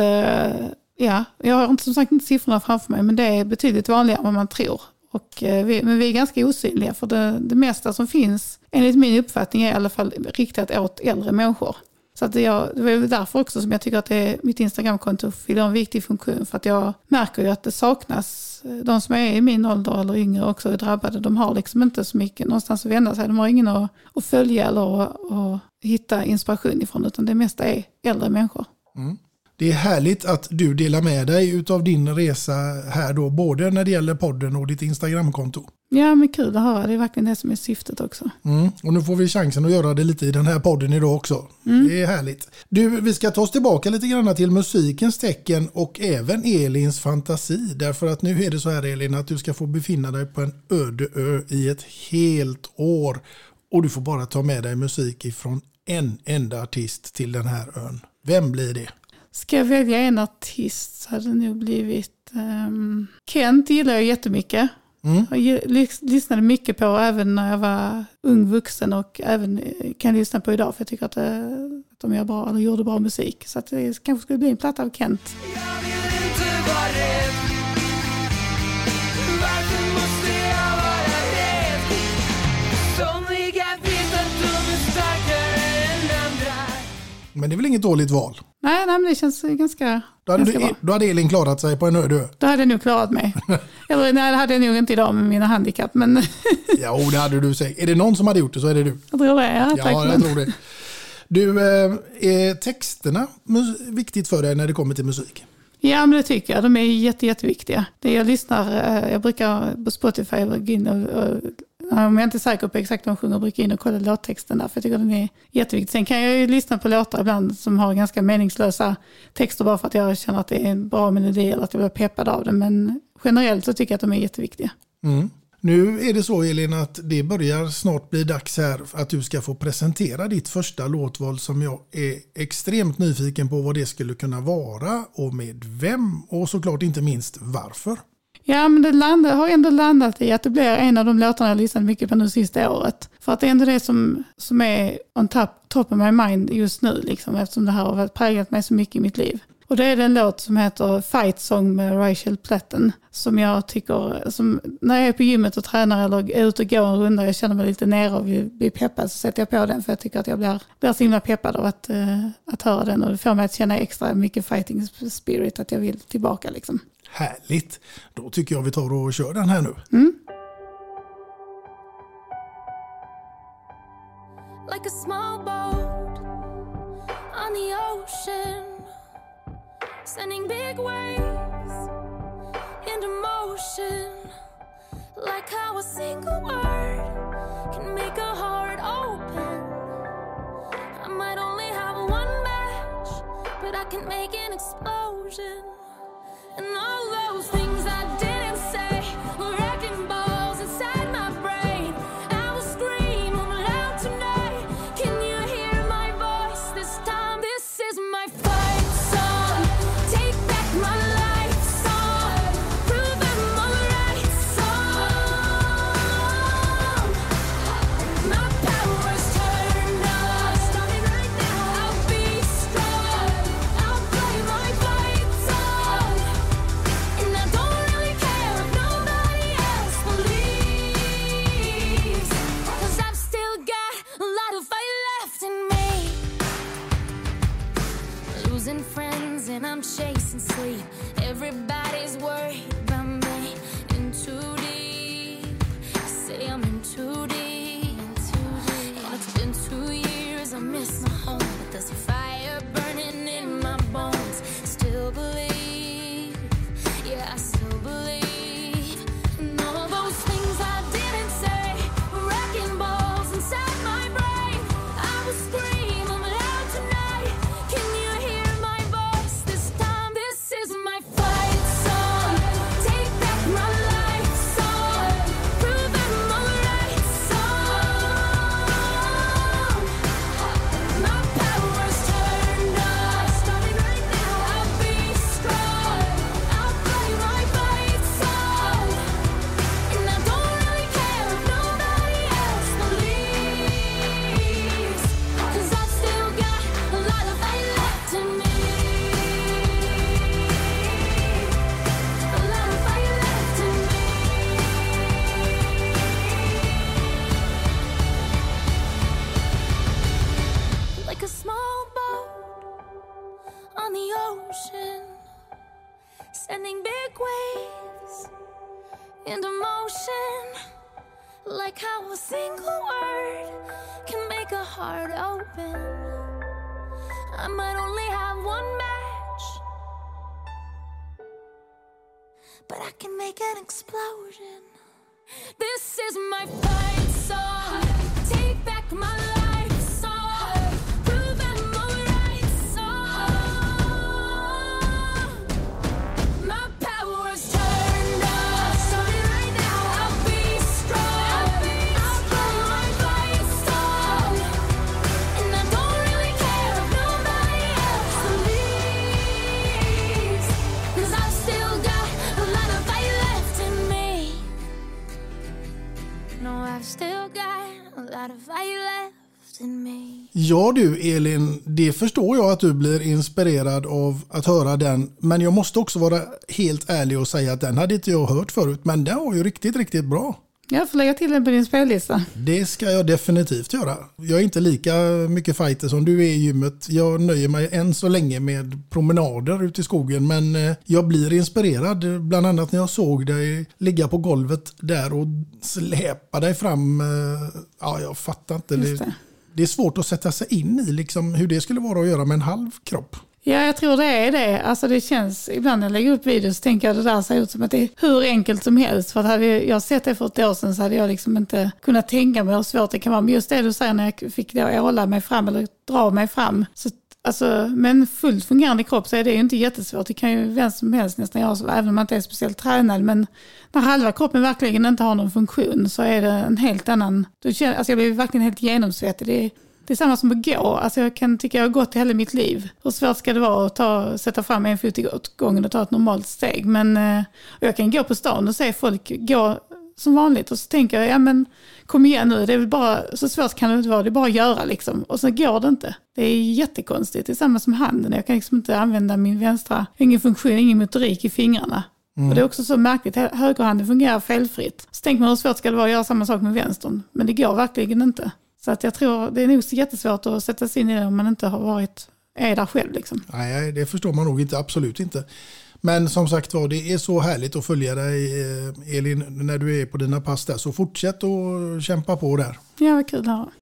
jag har inte som sagt inte siffrorna framför mig, men det är betydligt vanligare än vad man tror. Men vi är ganska osynliga för det mesta som finns enligt min uppfattning är i alla fall riktat åt äldre människor. Så att det var därför också som jag tycker att mitt Instagramkonto fyller en viktig funktion. För att jag märker ju att det saknas, de som är i min ålder eller yngre också är drabbade, de har liksom inte så mycket någonstans att vända sig. De har ingen att följa eller att hitta inspiration ifrån, utan det mesta är äldre människor. Det är härligt att du delar med dig utav din resa här då, både när det gäller podden och ditt Instagramkonto. Ja, men kul att höra. Det är verkligen det som är syftet också. Och nu får vi chansen att göra det lite i den här podden idag också. Det är härligt. Du, vi ska ta oss tillbaka lite grann till musikens tecken och även Elins fantasi. Därför att nu är det så här, Elin, att du ska få befinna dig på en öde ö i ett helt år. Och du får bara ta med dig musik ifrån en enda artist till den här ön. Vem blir det? Ska jag välja en artist så hade det nog blivit Kent gillar jag jättemycket. Jag lyssnade mycket på även när jag var ung vuxen och även kan lyssna på idag för jag tycker att de gör bra, eller gjorde bra musik. Så att det kanske skulle bli en platta av Kent. Jag vill inte vara rädd. Varför måste jag vara rädd? Somliga vet att de är starkare än andra. Men det är väl inget dåligt val? Nej, men det känns ganska bra. Då hade Elin klarat sig på en öde ö. Då hade jag nog klarat mig. Eller nej, det hade jag nog inte idag med mina handikapp. Men ja, det hade du sagt. Är det någon som hade gjort det så är det du. Jag tror det, ja. Ja, jag tror det. Du, är texterna viktigt för dig när det kommer till musik? Ja, men det tycker jag. De är jätteviktiga. Jag brukar på Spotify gå in och om jag inte är säker på exakt vad de sjunger, brukar in och kolla låttexten där, för jag tycker den är jätteviktig. Sen kan jag ju lyssna på låtar ibland som har ganska meningslösa texter bara för att jag känner att det är en bra melodi eller att jag blir peppad av det. Men generellt så tycker jag att de är jätteviktiga. Mm. Nu är det så, Elin, att det börjar snart bli dags här att du ska få presentera ditt första låtval som jag är extremt nyfiken på vad det skulle kunna vara och med vem och såklart inte minst varför. Ja, men det har ändå landat i att det blir en av de låtarna jag lyssnat mycket på nu sista året. För att det är ändå det som är on top of my mind just nu, liksom, eftersom det här har präglat mig så mycket i mitt liv. Och det är en låt som heter Fight Song med Rachel Platten, som jag tycker, som när jag är på gymmet och tränar eller är ute och går en runda och jag känner mig lite nere och blir peppad, så sätter jag på den, för jag tycker att jag blir så himla peppad av att höra den, och det får mig att känna extra mycket fighting spirit, att jag vill tillbaka liksom. Härligt. Då tycker jag vi tar och kör den här nu. Mm. Like a small boat on the ocean, sending big waves into motion. Like how a single word can make a heart open. I might only have one match, but I can make an explosion. And all those things I didn't say were wrecking balls inside my brain. I will scream loud tonight. Can you hear my voice this time? This is my fight song. Take back my life song. Prove I'm alright song. My power's turned on. Starting right now. I'll be strong. I'll play my fight song. And I don't really care if nobody else believes, 'cause I've still got a lot of fight left in me. Losing friends and I'm chasing sleep. Everybody's worried about me. In too deep. Say I'm in too deep. And it's been 2 years, I miss my home, but there's a fire burning in my bones. Still believe. Yeah, I still believe. And all those things I didn't say were wrecking balls inside my brain. I will scream loud tonight. Can you hear my voice this time? This is my fight song. Take back my life song. Prove I'm alright song. My power's turned on. Starting right now. I'll be strong. I'll play my fight song. And I don't really care if nobody else believes, 'cause I've still got a lot of fight left in me. A lot of fight left in me. Like a small boat on the ocean, sending big waves into motion. Like how a single word can make a heart open. I might only have one match, but I can make an explosion. This is my fight song. Take back my life song. Prove I'm alright song. My power's turned on. Starting right now. I'll be strong. I'll play my fight song. And I don't really care if nobody else believes, 'cause I've still got a lot of fight left in me. No, I've still got a lot of fight left in me. Ja du Elin, det förstår jag att du blir inspirerad av att höra den. Men jag måste också vara helt ärlig och säga att den hade inte jag hört förut. Men den var ju riktigt, riktigt bra. Jag får lägga till den på din spellista. Det ska jag definitivt göra. Jag är inte lika mycket fighter som du är i gymmet. Jag nöjer mig än så länge med promenader ute i skogen. Men jag blir inspirerad. Bland annat när jag såg dig ligga på golvet där och släpa dig fram. Ja, jag fattar inte. Just det. det är svårt att sätta sig in i liksom hur det skulle vara att göra med en halv kropp. Ja, jag tror det är det. Alltså det känns, ibland när jag lägger upp videos så tänker jag att det där ser ut som att det är hur enkelt som helst. För att hade jag sett det för ett år sedan så hade jag liksom inte kunnat tänka mig hur svårt det kan vara. Men just det du säger när jag fick då hålla mig fram eller dra mig fram. Så, alltså, med en fullt fungerande kropp så är det ju inte jättesvårt. Det kan ju vem som helst nästan göra, även om man inte är speciellt tränad. Men när halva kroppen verkligen inte har någon funktion så är det en helt annan... Alltså jag blir verkligen helt genomsvettig. Det är samma som att gå. Alltså jag kan tycka jag har gått i hela mitt liv. Hur svårt ska det vara att sätta fram en fot i gången och ta ett normalt steg. Men jag kan gå på stan och se folk gå som vanligt. Och så tänker jag, ja men kom igen nu. Det är väl bara, så svårt kan det inte vara. Det är bara att göra liksom. Och så går det inte. Det är jättekonstigt. Det är samma som handen. Jag kan liksom inte använda min vänstra. Ingen funktion, ingen motorik i fingrarna. Och det är också så märkligt. Högerhanden fungerar felfritt. Så tänker man hur svårt ska det vara att göra samma sak med vänstern. Men det går verkligen inte. Så att jag tror det är nog så jättesvårt att sätta sig in i det om man inte är där själv. Liksom. Nej, det förstår man nog inte, absolut inte. Men som sagt var, det är så härligt att följa dig, Elin, när du är på dina pass där. Så fortsätt att kämpa på där. Ja, vad kul att höra.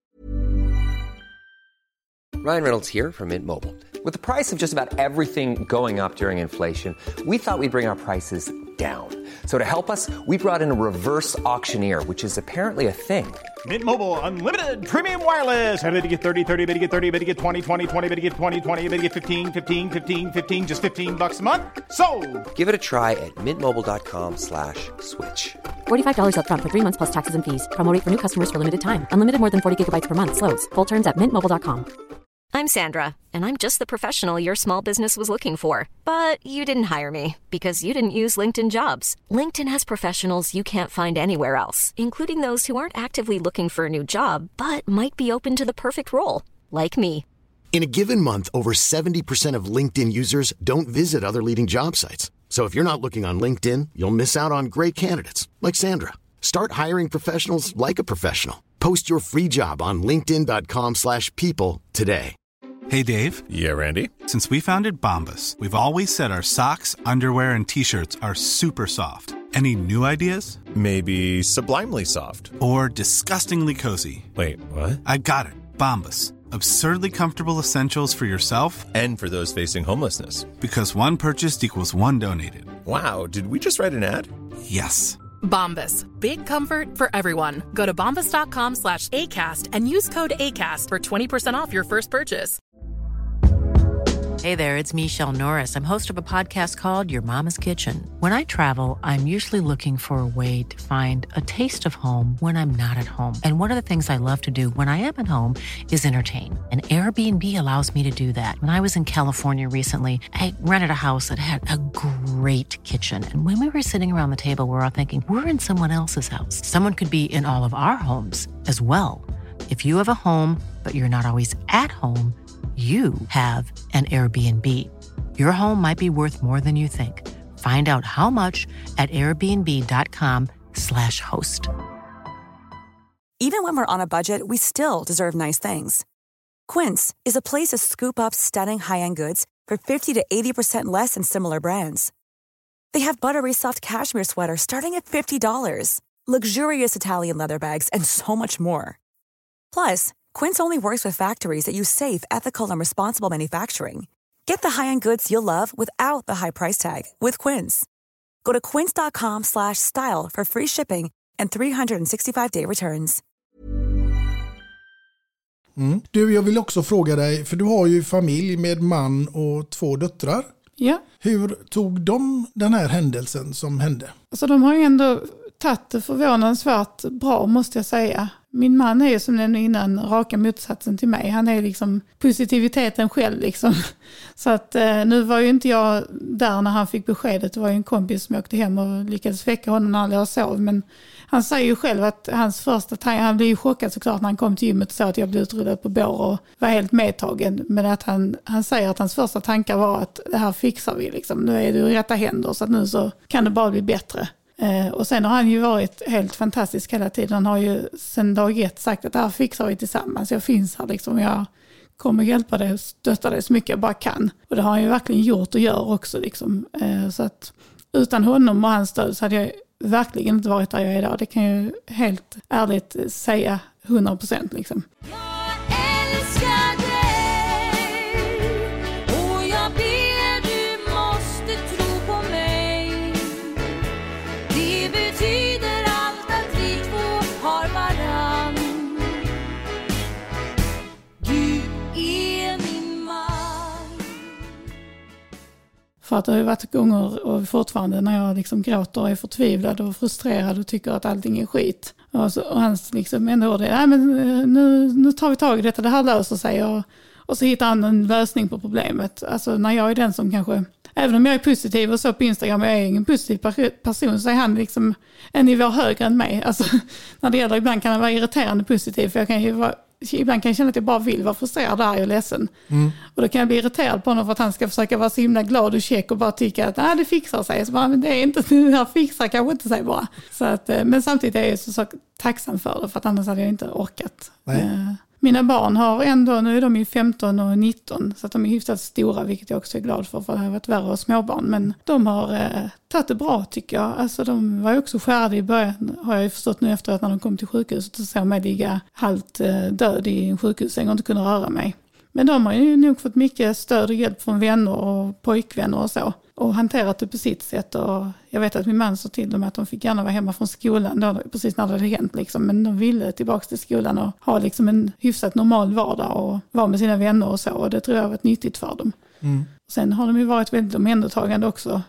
Ryan Reynolds here from Mint Mobile. With the price of just about everything going up during inflation, we thought we'd bring our prices down. So to help us, we brought in a reverse auctioneer, which is apparently a thing. Mint Mobile Unlimited Premium Wireless. How to get 30, 30, bit to get 30, bit to get 20, 20, 20, bit to get 20, 20, bit to get 15, 15, 15, 15, just $15 a month? Sold! Give it a try at mintmobile.com/switch. $45 up front for 3 months plus taxes and fees. Promo rate for new customers for limited time. Unlimited more than 40 gigabytes per month. Slows full terms at mintmobile.com. I'm Sandra, and I'm just the professional your small business was looking for. But you didn't hire me because you didn't use LinkedIn Jobs. LinkedIn has professionals you can't find anywhere else, including those who aren't actively looking for a new job, but might be open to the perfect role, like me. In a given month, over 70% of LinkedIn users don't visit other leading job sites. So if you're not looking on LinkedIn, you'll miss out on great candidates like Sandra. Start hiring professionals like a professional. Post your free job on linkedin.com/people today. Hey, Dave. Yeah, Randy. Since we founded Bombas, we've always said our socks, underwear, and T-shirts are super soft. Any new ideas? Maybe sublimely soft. Or disgustingly cozy. Wait, what? I got it. Bombas. Absurdly comfortable essentials for yourself and for those facing homelessness. Because one purchased equals one donated. Wow, did we just write an ad? Yes. Bombas. Big comfort for everyone. Go to bombas.com/ACAST and use code ACAST for 20% off your first purchase. Hey there, it's Michelle Norris. I'm host of a podcast called Your Mama's Kitchen. When I travel, I'm usually looking for a way to find a taste of home when I'm not at home. And one of the things I love to do when I am at home is entertain. And Airbnb allows me to do that. When I was in California recently, I rented a house that had a great kitchen. And when we were sitting around the table, we were all thinking, we're in someone else's house. Someone could be in all of our homes as well. If you have a home, but you're not always at home, you have an Airbnb. Your home might be worth more than you think. Find out how much at airbnb.com/host. Even when we're on a budget, we still deserve nice things. Quince is a place to scoop up stunning high-end goods for 50 to 80% less than similar brands. They have buttery soft cashmere sweaters starting at $50, luxurious Italian leather bags, and so much more. Plus, Quince only works with factories that use safe, ethical, and responsible manufacturing. Get the high-end goods you'll love without the high price tag with Quince. Go to quince.com/style for free shipping and 365-day returns. Du, jag vill också fråga dig, för du har ju familj med man och 2 döttrar. Ja. Hur tog de den här händelsen som hände? Alltså de har ju ändå tagit det förvånansvärt bra, måste jag säga. Min man är ju som den innan raka motsatsen till mig. Han är liksom positiviteten själv liksom. Så att nu var ju inte jag där när han fick beskedet. Det var ju en kompis som åkte hem och lyckades väcka honom när han låg och sov. Men han säger ju själv att hans första tanke, han blev ju chockad såklart när han kom till gymmet och sa att jag blev utrullad på bår och var helt medtagen. Men att han säger att hans första tankar var att det här fixar vi liksom. Nu är det i rätta händer så att nu så kan det bara bli bättre. Och sen har han ju varit helt fantastisk hela tiden. Han har ju sedan dag 1 sagt att det här fixar vi tillsammans. Jag finns här liksom. Jag kommer hjälpa dig och stötta dig så mycket jag bara kan. Och det har han ju verkligen gjort och gör också liksom. Så att utan honom och hans stöd så hade jag verkligen inte varit där jag är idag. Det kan jag ju helt ärligt säga 100% liksom. Jag att det har varit gånger och fortfarande när jag liksom gråter och är förtvivlad och frustrerad och tycker att allting är skit. Och hans liksom ändå det, nej men nu tar vi tag i detta, det här löser sig och så hittar han en lösning på problemet. Alltså när jag är den som kanske, även om jag är positiv och så på Instagram och jag är ingen positiv person, så är han liksom en nivå högre än mig. Alltså när det gäller, ibland kan han vara irriterande positiv, för ibland kan jag känna att jag bara vill vara frustrerad, arg och ledsen. Och då kan jag bli irriterad på honom för att han ska försöka vara så himla glad och check och bara tycka att det fixar sig. Så bara, men det är inte, det här fixar kanske inte sig bara. Så att, men samtidigt är jag så tacksam för det, för att annars hade jag inte orkat. Mina barn har ändå, nu är de ju 15 och 19, så att de är hyfsat stora, vilket jag också är glad för det har varit värre och småbarn. Men de har tagit det bra tycker jag. Alltså de var ju också skärade i början, har jag ju förstått nu efter att när de kom till sjukhuset och såg mig ligga halvt död i en sjukhussäng och inte kunna röra mig. Men de har ju nog fått mycket stöd och hjälp från vänner och pojkvänner och så. Och hanterat det på sitt sätt. Och jag vet att min man sa till dem att de fick gärna vara hemma från skolan då, precis när det hade hänt. Liksom. Men de ville tillbaka till skolan och ha liksom en hyfsat normal vardag och vara med sina vänner och så. Och det tror jag har varit nyttigt för dem. Sen har de ju varit väldigt omhändertagande också.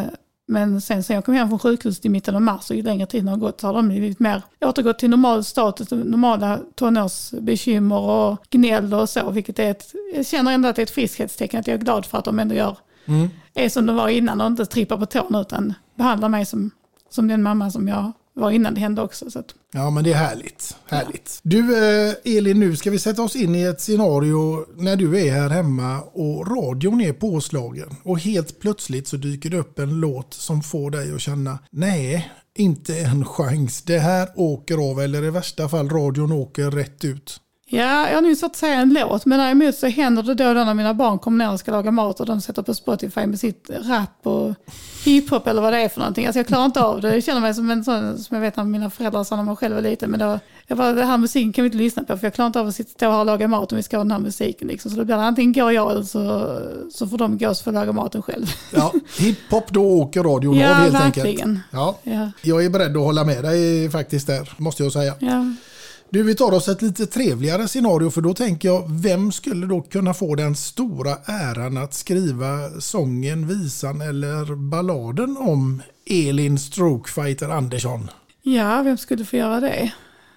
Men sen jag kom hem från sjukhuset i mitten av mars och ju längre tiden har gått så har de blivit mer återgått till normal status, normala tonårsbekymmer och gnäll och så. Vilket är jag känner ändå att det är ett friskhetstecken, att jag är glad för att de ändå är som de var innan och inte trippar på tårna utan behandlar mig som den mamma som jag var innan det hände också. Så att. Ja, men det är härligt. Härligt. Du Elin, nu ska vi sätta oss in i ett scenario när du är här hemma och radion är påslagen och helt plötsligt så dyker det upp en låt som får dig att känna nej, inte en chans. Det här åker av, eller i värsta fall radion åker rätt ut. Ja, jag har nu så att säga en låt, men däremot så händer det då när mina barn kommer ner och ska laga mat och de sätter på Spotify med sitt rap och hiphop eller vad det är för någonting. Alltså jag klarar inte av det. Jag känner mig som en sån, som jag vet när mina föräldrar sa när man själv var liten, men då, det här musiken kan vi inte lyssna på för jag klarar inte av att sitta här och laga mat om vi ska ha den här musiken. Liksom. Så då blir det antingen går jag eller så får de gå för att laga maten själv. Ja, hiphop då åker radion av helt verkligen. Enkelt. Ja, jag är beredd att hålla med dig faktiskt där, måste jag säga. Ja. Du, vi tar oss ett lite trevligare scenario, för då tänker jag, vem skulle då kunna få den stora äran att skriva sången, visan eller balladen om Elin Strokefighter Andersson? Ja, vem skulle få göra det?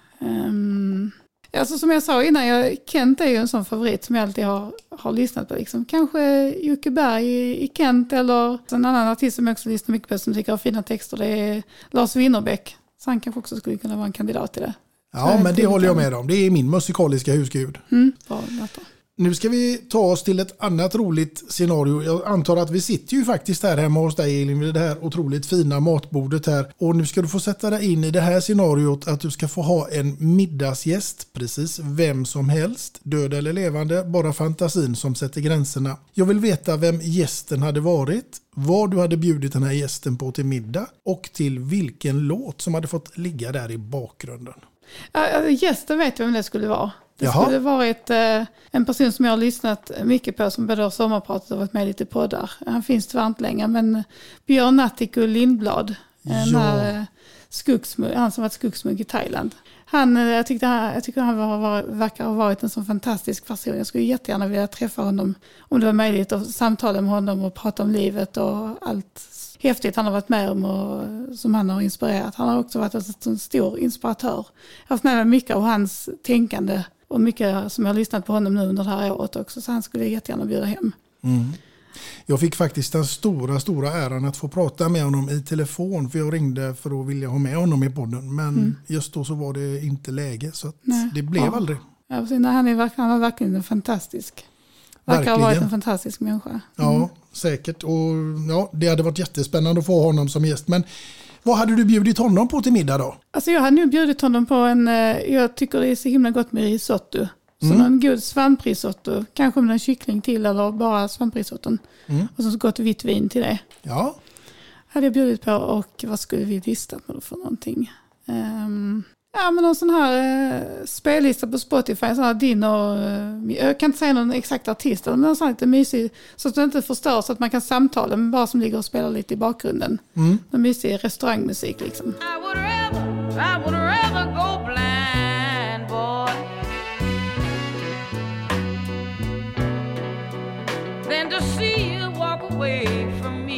Alltså som jag sa innan, Kent är ju en sån favorit som jag alltid har lyssnat på. Liksom. Kanske Jocke Berg i Kent, eller en annan artist som jag också lyssnar mycket på som tycker har fina texter, det är Lars Winnerbäck. Så han kanske också skulle kunna vara en kandidat till det. Ja, men det håller jag med om. Det är min musikaliska husgud. Bra. Nu ska vi ta oss till ett annat roligt scenario. Jag antar att vi sitter ju faktiskt här hemma hos dig, Elin, vid det här otroligt fina matbordet här. Och nu ska du få sätta dig in i det här scenariot att du ska få ha en middagsgäst, precis vem som helst, död eller levande, bara fantasin som sätter gränserna. Jag vill veta vem gästen hade varit, vad du hade bjudit den här gästen på till middag och till vilken låt som hade fått ligga där i bakgrunden. Gästen vet jag vem det skulle vara. Det skulle varit en person som jag har lyssnat mycket på som både har sommarpratat och varit med lite poddar. Han finns tyvärr inte längre, men Björn Natthiko Lindblad, han som varit skogsmugg i Thailand. Jag tycker han verkar ha varit en sån fantastisk person. Jag skulle jättegärna vilja träffa honom om det var möjligt och samtala med honom och prata om livet och allt häftigt han har varit med om och som han har inspirerat. Han har också varit en stor inspiratör. Jag har haft med mig mycket av hans tänkande och mycket som jag har lyssnat på honom nu under det här året också. Så han skulle jättegärna bjuda hem. Jag fick faktiskt den stora äran att få prata med honom i telefon, för jag ringde för att vilja ha med honom i podden. Men just då så var det inte läge, så att det blev aldrig. Ja, han var verkligen en fantastisk. Verkar ha varit en fantastisk människa. Ja, säkert. Och ja, det hade varit jättespännande att få honom som gäst. Men vad hade du bjudit honom på till middag då? Alltså jag hade nu bjudit honom på jag tycker det är så himla gott med risotto. Så en god svamprisotto, kanske med en kyckling till eller bara svamprisotton. Och så gott vitt vin till det. Ja. Hade jag bjudit på, och vad skulle vi listat på för någonting? Men någon sån här spellista på Spotify, sån här din och jag kan inte säga någon exakt artist, men någon sån lite mysig så att det inte förstörs, så att man kan samtala men bara som ligger och spelar lite i bakgrunden. Någon mysig restaurangmusik liksom. I would rather go blind, boy, than to see you walk away from me.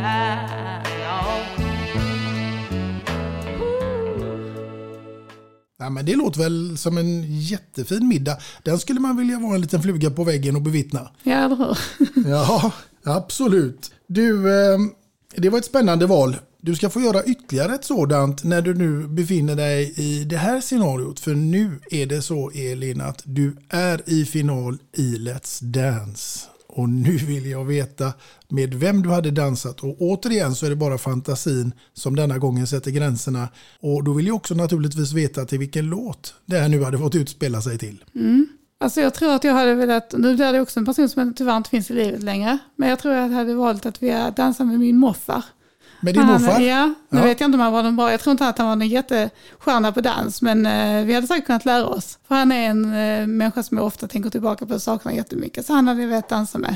Ja, men det låter väl som en jättefin middag. Den skulle man vilja vara en liten fluga på väggen och bevittna. Ja, eller hur? Ja, absolut. Du, det var ett spännande val. Du ska få göra ytterligare ett sådant när du nu befinner dig i det här scenariot. För nu är det så, Elin, att du är i final i Let's Dance. Och nu vill jag veta med vem du hade dansat. Och återigen så är det bara fantasin som denna gången sätter gränserna. Och då vill jag också naturligtvis veta till vilken låt det här nu hade fått utspela sig till. Alltså jag tror att jag hade velat, nu blir det också en person som tyvärr inte finns i livet längre. Men jag tror att jag hade valt att vi dansar med min morfar. Med din morfar? Ja, nu vet jag inte om han var någon bra. Jag tror inte att han var en jättestjärna på dans, men vi hade säkert kunnat lära oss. För han är en människa som jag ofta tänker tillbaka på och saknar jättemycket. Så han hade velat dansa med.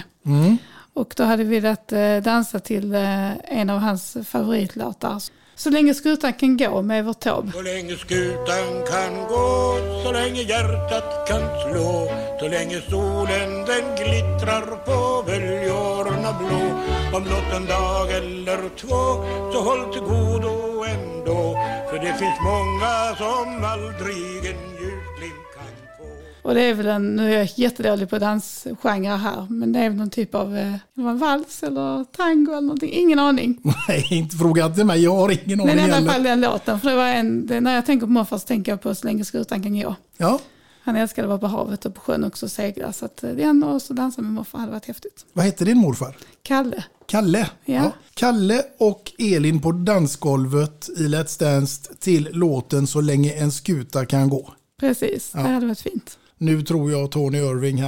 Och då hade vi velat dansa till en av hans favoritlåtar. Så länge skutan kan gå med vår Taube. Så länge skutan kan gå, så länge hjärtat kan slå, så länge solen den glittrar på böljorna blå. Om blott en dag eller två, så håll till godo ändå, för det finns många som aldrig en ljusglimt kan få. Och det är väl nu är jag jättedålig på dansgenre här, men det är väl någon typ av en vals eller tango eller någonting, ingen aning. Nej, inte fråga till mig, jag har ingen aning. Men i alla fall den låten, för det var när jag tänker på morfar så tänker jag på Så länge skutan kan gå. Ja. Han älskade att vara på havet och på sjön också segla, så att det ändå också dansa med morfar hade varit häftigt. Vad heter din morfar? Kalle. Kalle? Ja. Kalle och Elin på dansgolvet i Let's Dance till låten Så länge en skuta kan gå. Precis, det hade varit fint. Nu tror jag Tony Irving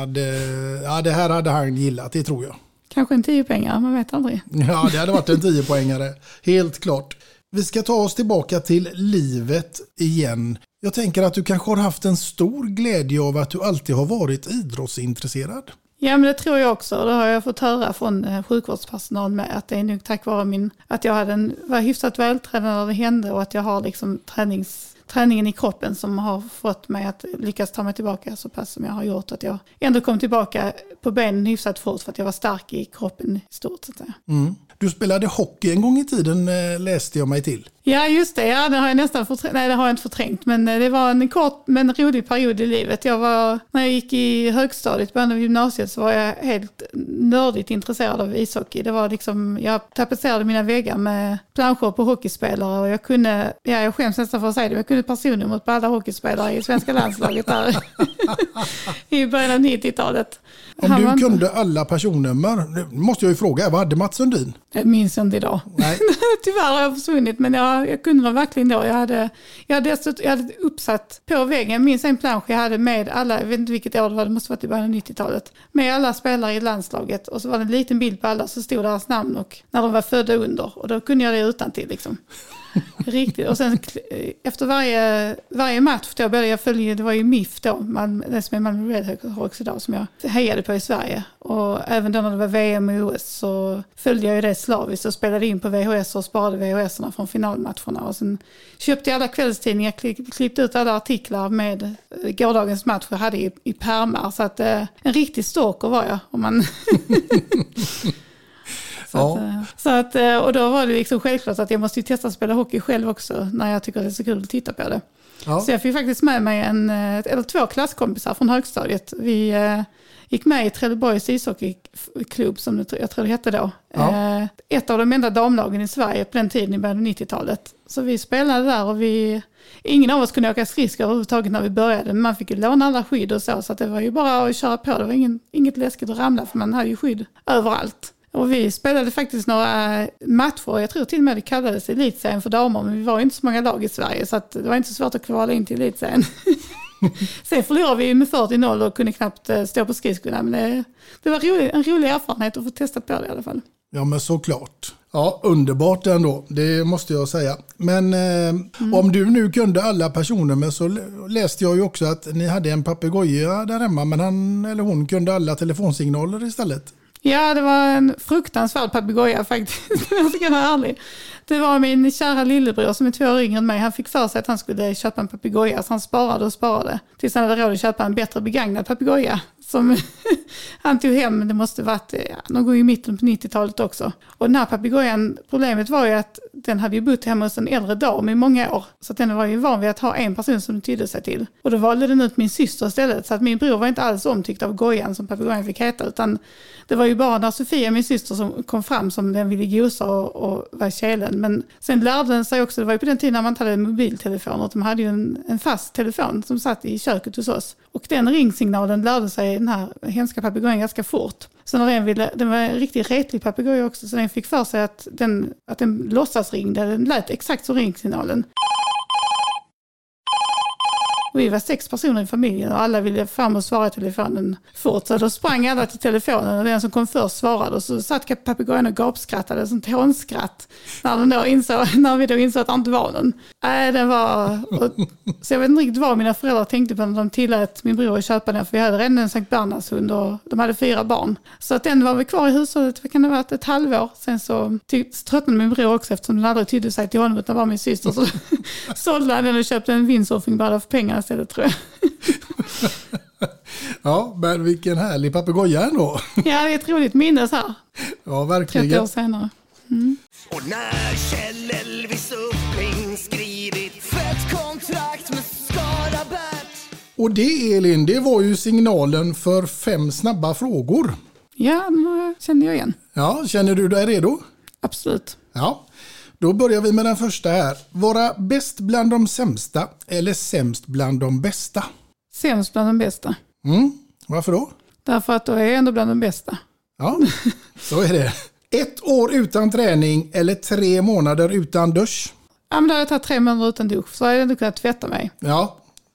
det här hade han gillat, det tror jag. Kanske en 10-poängare, man vet aldrig. Ja, det hade varit en 10-poängare, helt klart. Vi ska ta oss tillbaka till livet igen. Jag tänker att du kanske har haft en stor glädje av att du alltid har varit idrottsintresserad. Ja, men det tror jag också. Det har jag fått höra från sjukvårdspersonal med. Att det är nog tack vare att jag var hyfsat vältränad när det hände och att jag har liksom träningen i kroppen som har fått mig att lyckas ta mig tillbaka så pass som jag har gjort. Att jag ändå kom tillbaka på benen hyfsat fort för att jag var stark i kroppen i stort. Så att säga. Du spelade hockey en gång i tiden, läste jag mig till. Ja, just det. Ja, det har jag nästan det har jag inte förträngt. Men det var en kort men rolig period i livet. När jag gick i högstadiet, början av gymnasiet, så var jag helt nördigt intresserad av ishockey. Det var liksom, jag tapetserade mina väggar med planscher på hockeyspelare och jag skäms nästan för att säga det, men jag kunde personnumret på alla hockeyspelare i svenska landslaget där i början av 90-talet. Om du kunde alla personnummer, måste jag ju fråga, vad hade Mats Sundin? Jag minns inte idag. Nej. Tyvärr har jag försvunnit, men jag kunde det verkligen då. Jag hade uppsatt på väggen, jag minns en plansch jag hade med alla, jag vet inte vilket år det var, det måste vara i början av 90-talet, med alla spelare i landslaget, och så var det en liten bild på alla, så stod deras namn och när de var födda under, och då kunde jag det utan till liksom. Riktigt. Och sen efter varje match då började jag följa, det var ju MIF då, det som är Malmö Redhawks idag, som jag hejade på i Sverige. Och även då när det var VM och OS så följde jag ju det slaviskt och spelade in på VHS och sparade VHS-erna från finalmatcherna. Och sen köpte jag alla kvällstidningar, klippte ut alla artiklar med gårdagens match jag hade i pärmar. Så att en riktig stalker var jag. Om man och då var det liksom självklart att jag måste ju testa att spela hockey själv också när jag tycker det är så kul att titta på det. Ja. Så jag fick faktiskt med mig 2 klasskompisar från högstadiet. Vi gick med i Trelleborgs ishockeyklubb som jag tror det hette då. Ja. Ett av de enda damlagen i Sverige på den tiden i början av 90-talet. Så vi spelade där och ingen av oss kunde åka skridskor överhuvudtaget när vi började. Men man fick ju låna alla skydd och så att det var ju bara att köra på. Det var inget läskigt att ramla för man hade ju skydd överallt. Och vi spelade faktiskt några matcher, jag tror till och med det kallades Elitserien för damer, men vi var inte så många lag i Sverige så att det var inte så svårt att kvala in till Elitserien. Sen förlorade vi med 40-0 och kunde knappt stå på skridskorna, men det var en rolig erfarenhet att få testa på det i alla fall. Ja, men såklart. Ja, underbart ändå, det måste jag säga. Men om du nu kunde alla personnummer så läste jag ju också att ni hade en papegoja där hemma, men han eller hon kunde alla telefonsignaler istället. Ja, det var en fruktansvärd papegoja faktiskt. Jag ska vara ärlig. Det var min kära lillebror som är 2 år yngre än mig. Han fick för sig att han skulle köpa en papegoja, så han sparade och sparade tills han hade råd att köpa en bättre begagnad papegoja. som han tog hem. Det måste varit någon gång i mitten på 90-talet också. Och den här papegojan, problemet var ju att den hade ju bott hemma hos en äldre dam i många år. Så att den var ju van vid att ha en person som den tydde sig till. Och då valde den ut min syster istället. Så att min bror var inte alls omtyckt av gojan som papegojan fick heta. Utan det var ju bara när Sofia, min syster, som kom fram som den ville gosa och var kelen. Men sen lärde den sig också, det var ju på den tiden när man inte hade mobiltelefoner. Att de hade ju en fast telefon som satt i köket hos oss. Och den ringsignalen lärde sig den här hemska papegojan ganska fort. Så när den var en riktigt retlig papegoja också, så den fick för sig att den låtsas ringde. Den lät exakt så ringsignalen. Och vi var 6 personer i familjen och alla ville fram och svara i telefonen fort. Så då sprang alla till telefonen och den som kom först svarade. Och så satt papegojan och gapskrattade, sånt hånskratt. När vi då insåg att det inte var någon. Så jag vet inte riktigt vad mina föräldrar tänkte på när de tillät min bror att köpa den. För vi hade redan en Sankt Bernhardshund och de hade 4 barn. Så att den var väl kvar i hushållet, det kan det ha varit ett halvår. Sen så tröttnade min bror också eftersom den aldrig tydde sig till honom utan var min syster. Så sålde han den och köpte en windsurfingbräda för pengar istället, tror jag. Ja, men vilken härlig papegoja ändå. Ja, det är ett roligt minne så här. Ja, verkligen. 30 år senare. Mm. Och när Kjell Elvis Uppling skrivit fett kontrakt med Skarabert. Och det, Elin, det var ju signalen för 5 snabba frågor. Ja, nu känner jag igen. Ja, känner du dig redo? Absolut. Ja, då börjar vi med den första här. Vara bäst bland de sämsta eller sämst bland de bästa? Sämst bland de bästa. Varför då? Därför att då är jag ändå bland de bästa. Ja, så är det. 1 år utan träning eller 3 månader utan dusch? Ja, men då hade jag tagit 3 månader utan dusch. Så hade jag ändå kunnat tvätta mig. Ja.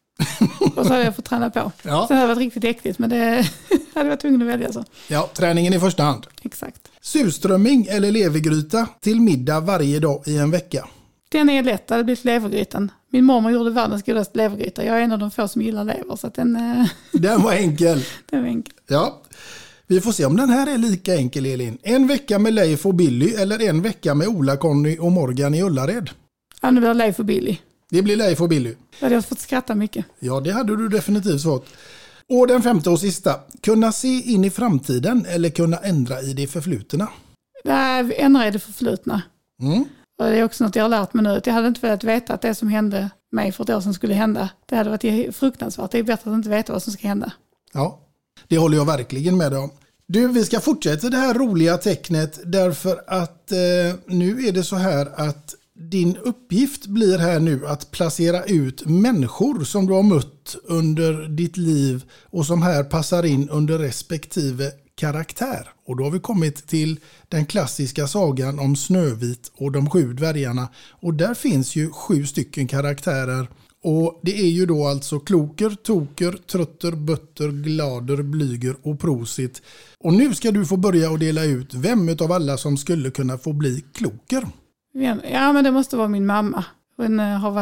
Och så hade jag fått träna på. Ja. Så det hade varit riktigt äckligt, men det hade varit tvungen att välja så. Ja, träningen i första hand. Exakt. Surströmming eller levergryta till middag varje dag i en vecka? Den är lätt, det hade blivit levergrytan. Min mormor gjorde världens godaste levergryta. Jag är en av de få som gillar lever, så att den var enkel. Den var enkel. Ja. Vi får se om den här är lika enkel, Elin. 1 vecka med Leif och Billy eller 1 vecka med Ola, Conny och Morgan i Ullared? Ja, det blir Leif och Billy. Det blir Leif och Billy. Då hade jag fått skratta mycket. Ja, det hade du definitivt fått. Och den 5:e och sista. Kunna se in i framtiden eller kunna ändra i det förflutna? Ändra i det förflutna. Mm. Och det är också något jag har lärt mig nu. Jag hade inte velat veta att det som hände mig för ett år sedan skulle hända. Det hade varit fruktansvärt. Det är bättre att inte veta vad som ska hända. Ja, det håller jag verkligen med om. Du, vi ska fortsätta det här roliga tecknet därför att nu är det så här att din uppgift blir här nu att placera ut människor som du har mött under ditt liv och som här passar in under respektive karaktär. Och då har vi kommit till den klassiska sagan om Snövit och de 7 dvärgarna. Och där finns ju 7 stycken karaktärer. Och det är ju då alltså Kloker, Toker, Trötter, Bötter, Glader, Blyger och Prosit. Och nu ska du få börja att dela ut vem av alla som skulle kunna få bli Kloker. Ja, men det måste vara min mamma. Hon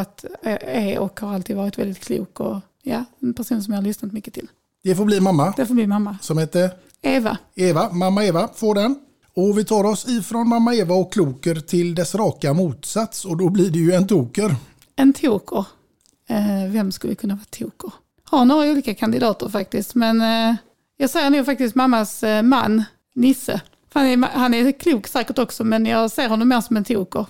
är och har alltid varit väldigt klok och ja, en person som jag har lyssnat mycket till. Det får bli mamma. Det får bli mamma. Som heter? Eva. Mamma Eva får den. Och vi tar oss ifrån mamma Eva och Kloker till dess raka motsats. Och då blir det ju en Toker. En Toker. Vem skulle kunna vara Toker? Har några olika kandidater faktiskt. Men jag säger nog faktiskt mammas man, Nisse. Han är klok säkert också, men jag ser honom mer som en Toker.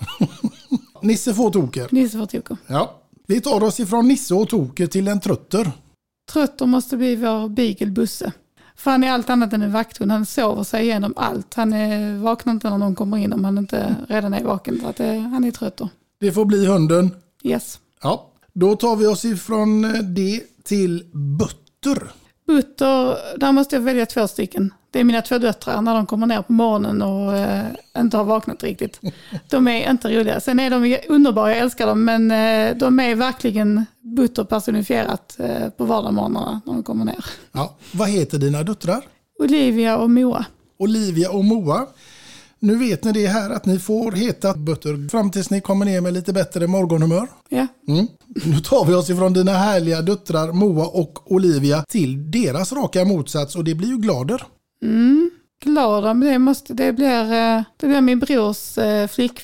Nisse får Toker. Nisse får Toker. Ja. Vi tar oss ifrån Nisse och Toker till en Trötter. Trötter måste bli vår beagle-busse. För han är allt annat än en vakthund. Han sover sig igenom allt. Han vaknar inte när någon kommer in om han inte redan är vaken. Så att han är Trötter. Det får bli hunden. Yes. Ja. Då tar vi oss ifrån det till Butter. Butter, där måste jag välja 2 stycken. Det är mina 2 döttrar när de kommer ner på morgonen och inte har vaknat riktigt. De är inte roliga. Sen är de underbara, jag älskar dem. Men de är verkligen Butter personifierat på vardagsmorgnarna när de kommer ner. Ja. Vad heter dina döttrar? Olivia och Moa. Olivia och Moa. Nu vet ni det här att ni får heta Butter fram tills ni kommer ner med lite bättre morgonhumör. Ja. Nu tar vi oss ifrån dina härliga döttrar Moa och Olivia till deras raka motsats och det blir ju Glader. Glader, men det blir min brors flickvän.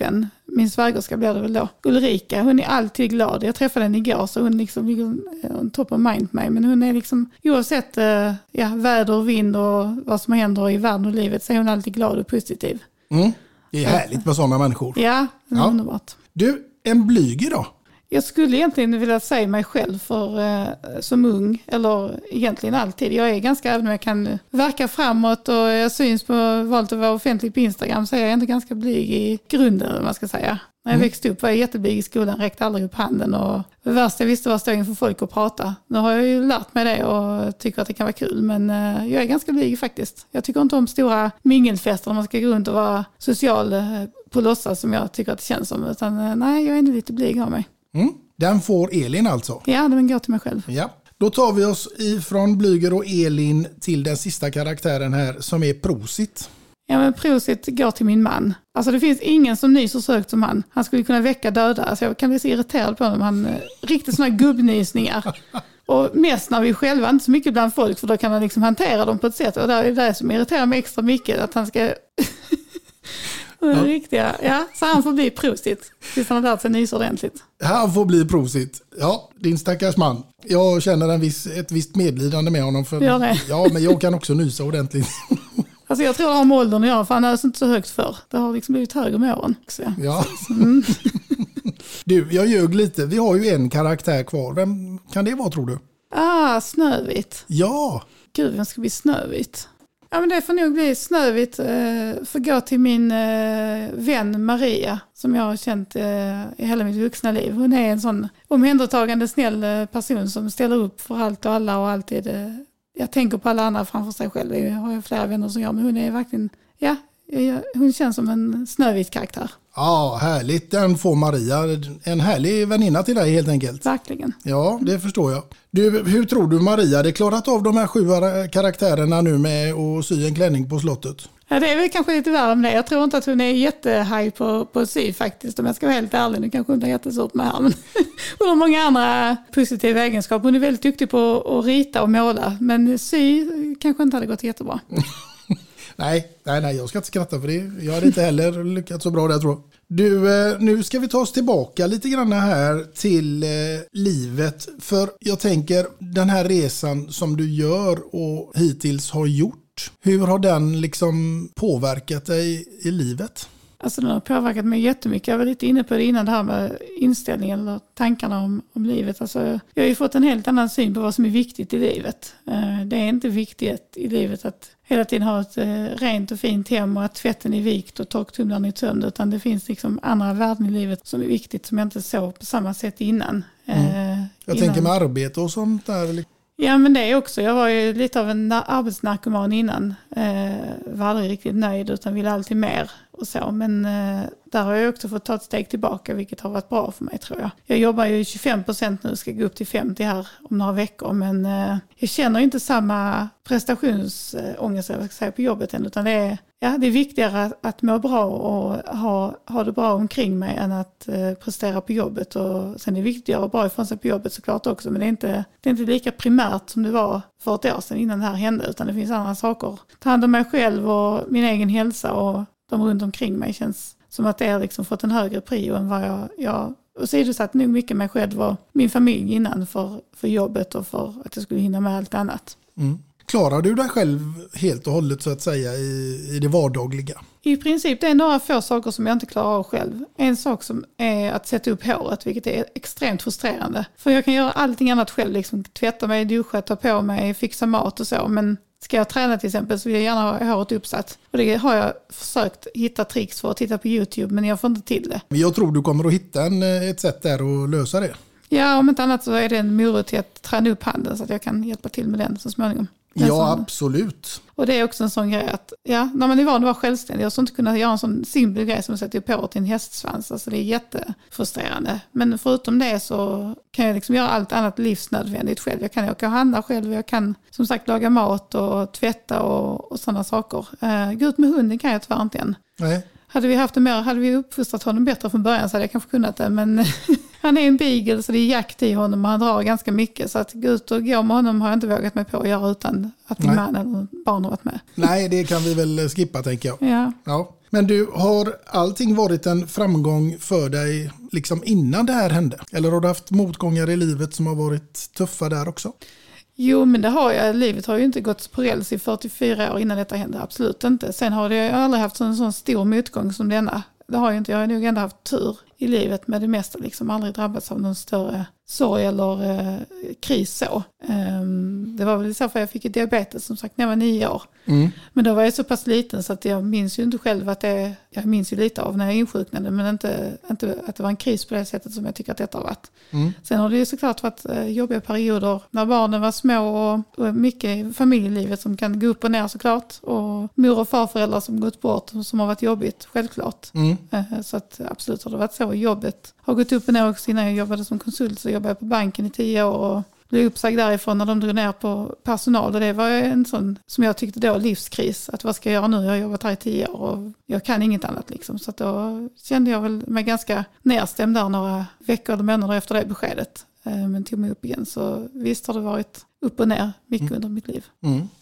min svägerska blir det väl då. Ulrika, hon är alltid glad. Jag träffade henne igår så hon liksom ligger on top of mind på mig. Men hon är liksom, oavsett väder och vind och vad som händer i världen och livet så är hon alltid glad och positiv. Det är härligt med sådana människor. Ja, det är underbart. Du, en blyg då? Jag skulle egentligen vilja säga mig själv som ung, eller egentligen alltid. Jag är ganska, även om jag kan verka framåt och jag syns på valt att vara offentlig på Instagram, så är jag ändå ganska blyg i grunden, om man ska säga. När jag växte upp var jag jätteblyg i skolan, räckte aldrig upp handen och det värsta jag visste var att stå inför folk och prata. Nu har jag ju lärt mig det och tycker att det kan vara kul, men jag är ganska blyg faktiskt. Jag tycker inte om stora mingelfester när man ska gå runt och vara social på låtsas som jag tycker att det känns som, utan nej, jag är ändå lite blyg av mig. Den får Elin alltså? Ja, den går till mig själv. Ja. Då tar vi oss ifrån Blyger och Elin till den sista karaktären här som är Prosit. Ja, men Prosit går till min man. Alltså det finns ingen som nyser så högt som han. Han skulle kunna väcka döda. Alltså jag kan bli så irriterad på honom. Han riktigt sådana gubbnysningar. Och mest när vi själva, inte så mycket bland folk, för då kan man liksom hantera dem på ett sätt. Och det är det som irriterar mig extra mycket, att han ska... Riktiga, så han får bli Prosit tills han har lärt sig nysa ordentligt. Han får bli Prosit. Ja, din stackars man. Jag känner ett visst medlidande med honom. För, ja, men jag kan också nysa ordentligt. Alltså jag tror det har med åldern att göra, för han är inte så högt för. Det har liksom blivit högre med åren. Ja. Du, jag ljög lite. Vi har ju en karaktär kvar. Vem kan det vara, tror du? Snövit. Ja. Gud, vem ska bli Snövit? Ja, men det får nog bli Snövit för gå till min vän Maria, som jag har känt i hela mitt vuxna liv. Hon är en sån omhändertagande, snäll person som ställer upp för allt och alla och alltid. Jag tänker på alla andra framför sig själv. Jag har flera vänner som gör, men hon är verkligen, hon känns som en Snövit karaktär. Ja, härligt. Den får Maria. En härlig väninna till dig helt enkelt. Verkligen. Ja, det förstår jag. Du, hur tror du Maria hade klarat av de här 7 karaktärerna nu med att sy en klänning på slottet? Ja, det är väl kanske lite värre om det. Jag tror inte att hon är jättehaj på att sy faktiskt. Om jag ska vara helt ärlig, nu kanske hon är jättesurt med här. Men hon har många andra positiva egenskaper. Hon är väldigt duktig på att rita och måla. Men sy kanske inte hade gått jättebra. Nej, jag ska inte skratta för det. Jag hade inte heller lyckats så bra där, tror jag. Du, nu ska vi ta oss tillbaka lite grann här till livet. För jag tänker, den här resan som du gör och hittills har gjort, hur har den liksom påverkat dig i livet? Alltså den har påverkat mig jättemycket. Jag var lite inne på det innan, det här med inställningen eller tankarna om livet. Alltså, jag har ju fått en helt annan syn på vad som är viktigt i livet. Det är inte viktigt i livet att hela tiden ha ett rent och fint hem och att tvätten är vikt och torktumlaren är tömd, utan det finns liksom andra värden i livet som är viktigt som jag inte såg på samma sätt innan. Jag tänker med arbete och sånt där. Ja, men det är också. Jag var ju lite av en arbetsnarkoman innan. Var aldrig riktigt nöjd utan ville alltid mer och så. Men där har jag också fått ta ett steg tillbaka, vilket har varit bra för mig, tror jag. Jag jobbar ju 25% nu, ska gå upp till 50% här om några veckor. Men jag känner inte samma prestationsångest jag ska säga, på jobbet än, utan det är viktigare att må bra och ha det bra omkring mig än att prestera på jobbet. Och sen är det viktigt att göra bra ifrån sig på jobbet såklart också, men det är inte lika primärt som det var för ett år sedan innan det här hände, utan det finns andra saker. Ta hand om mig själv och min egen hälsa och de runt omkring mig känns som att det har liksom fått en högre prio än vad jag åsidosatt nog mycket mig själv och min familj innan för jobbet och för att jag skulle hinna med allt annat. Klarar du dig själv helt och hållet så att säga i det vardagliga? I princip, det är några få saker som jag inte klarar av själv. En sak som är att sätta upp håret, vilket är extremt frustrerande. För jag kan göra allting annat själv, liksom tvätta mig, duscha, ta på mig, fixa mat och så. Men ska jag träna till exempel så vill jag gärna ha håret uppsatt. Och det har jag försökt hitta tricks för att titta på YouTube, men jag får inte till det. Men jag tror du kommer att hitta ett sätt där att lösa det. Ja, om inte annat så är det en morot till att träna upp handen så att jag kan hjälpa till med den så småningom. Ja, absolut. Och det är också en sån grej att när man är van att vara självständig, jag skulle inte kunna göra en sån simpel grej som att sätta på till en hästsvans. Alltså det är jättefrustrerande. Men förutom det så kan jag liksom göra allt annat livsnödvändigt själv. Jag kan åka och handla själv, jag kan som sagt laga mat och tvätta och sådana saker. Gå ut med hunden kan jag tyvärr inte än. Nej. Hade vi uppfostrat honom bättre från början så hade jag kanske kunnat det, men han är en beagle så det är jakt i honom och han drar ganska mycket, så att gå ut och gå med honom har jag inte vågat mig på att göra utan att min man eller barn har varit med. Nej, det kan vi väl skippa tänker jag. Ja. Men du, har allting varit en framgång för dig liksom innan det här hände? Eller har du haft motgångar i livet som har varit tuffa där också? Jo, men det har jag. Livet har ju inte gått på räls i 44 år innan detta hände. Absolut inte. Sen har jag aldrig haft en sån stor motgång som denna. Det har jag inte. Jag har nog ändå haft tur i livet med det mesta. Liksom aldrig drabbats av någon större sorg eller kris så. Det var väl så för jag fick ett diabetes som sagt när jag var 9 år. Men då var jag så pass liten så att jag minns ju inte själv att jag minns ju lite av när jag insjuknade, men inte att det var en kris på det sättet som jag tycker att detta har varit. Sen har det ju såklart varit jobbiga perioder när barnen var små och mycket i familjelivet som kan gå upp och ner såklart, och mor- och farföräldrar som gått bort som har varit jobbigt, självklart. Så att absolut har det varit så. Jobbet har gått upp och ner också. Innan jag jobbade som konsult så jobbade jag på banken i 10 år och blev uppsagd därifrån när de drog ner på personal, och det var en sån som jag tyckte då livskris, att vad ska jag göra nu? Jag har jobbat här i 10 år och jag kan inget annat liksom. Så att då kände jag väl mig ganska nedstämd där några veckor eller månader efter det beskedet, men tog mig upp igen. Så visst har det varit upp och ner mycket under mitt liv.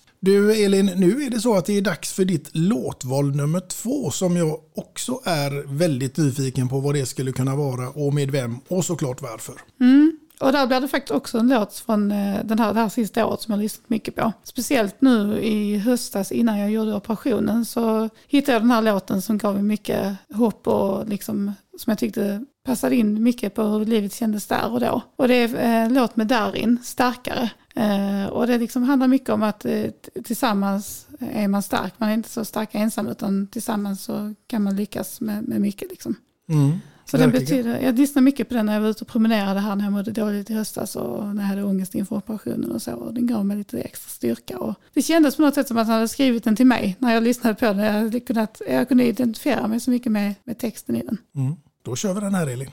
Du Elin, nu är det så att det är dags för ditt låtval nummer 2 som jag också är väldigt nyfiken på vad det skulle kunna vara och med vem och såklart varför. Och där blir det faktiskt också en låt från det här sista året som jag har lyssnat mycket på. Speciellt nu i höstas innan jag gjorde operationen så hittade jag den här låten som gav mig mycket hopp och liksom, som jag tyckte passade in mycket på hur livet kändes där och då. Och det är en låt med Darin, Starkare. Och det liksom handlar mycket om att tillsammans är man stark. Man är inte så stark ensam, utan tillsammans så kan man lyckas med mycket liksom. Så det betyder, jag lyssnade mycket på den när jag var ute och promenerade här när jag mådde dåligt i höstas och när jag hade ångest inför operationen och så. Och den gav mig lite extra styrka. Och det kändes på något sätt som att han hade skrivit den till mig när jag lyssnade på den. Jag kunde identifiera mig så mycket med texten i den. Då kör vi den här, Elin.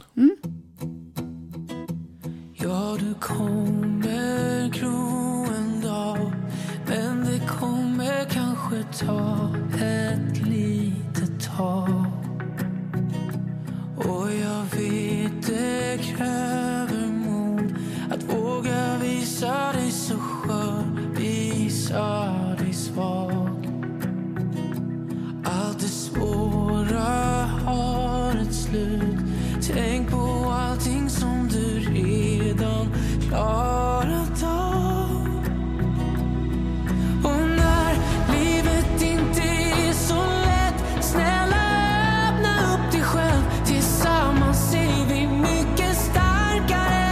Ja, du kommer gro en dag, men det kommer kanske ta ett litet tag. Och jag vet det kräver mod att våga visa dig så skör, visa dig svag. Allt det svåra har ett slut. Tänk på allting som du redan klarat av. Och när livet inte är så lätt, snälla öppna upp dig själv. Tillsammans är vi mycket starkare.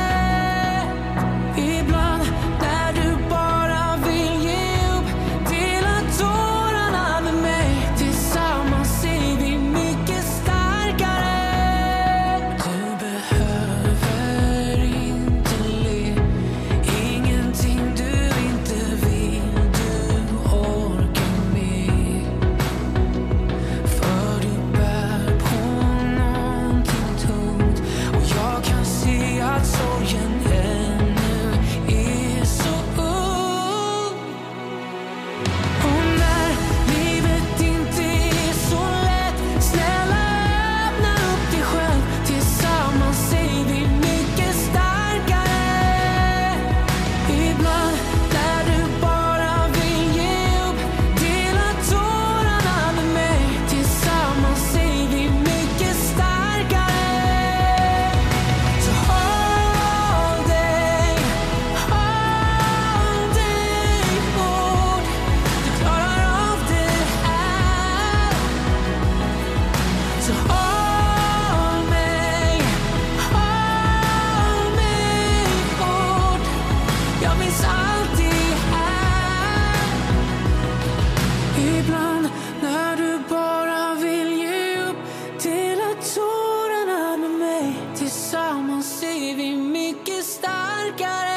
Ibland när du bara vill ge upp, dela tårarna med mig. Tillsammans är vi mycket starkare. Du behöver inte le, ingenting du inte vill, du orkar med. För du bär på någonting tungt, och jag kan se att sorgen ännu är så ung. Och när livet inte är så lätt, snälla öppna upp dig själv. Tillsammans är vi mycket starkare. Ibland när du bara vill ge upp, dela tårarna med mig. Tillsammans är vi mycket starkare. Så håll dig hård. Du klarar av det här. Så håll mig hård. Jag finns alltid här. Ibland när du bara vill ge upp, dela tårarna med mig. Tillsammans är vi mycket starkare.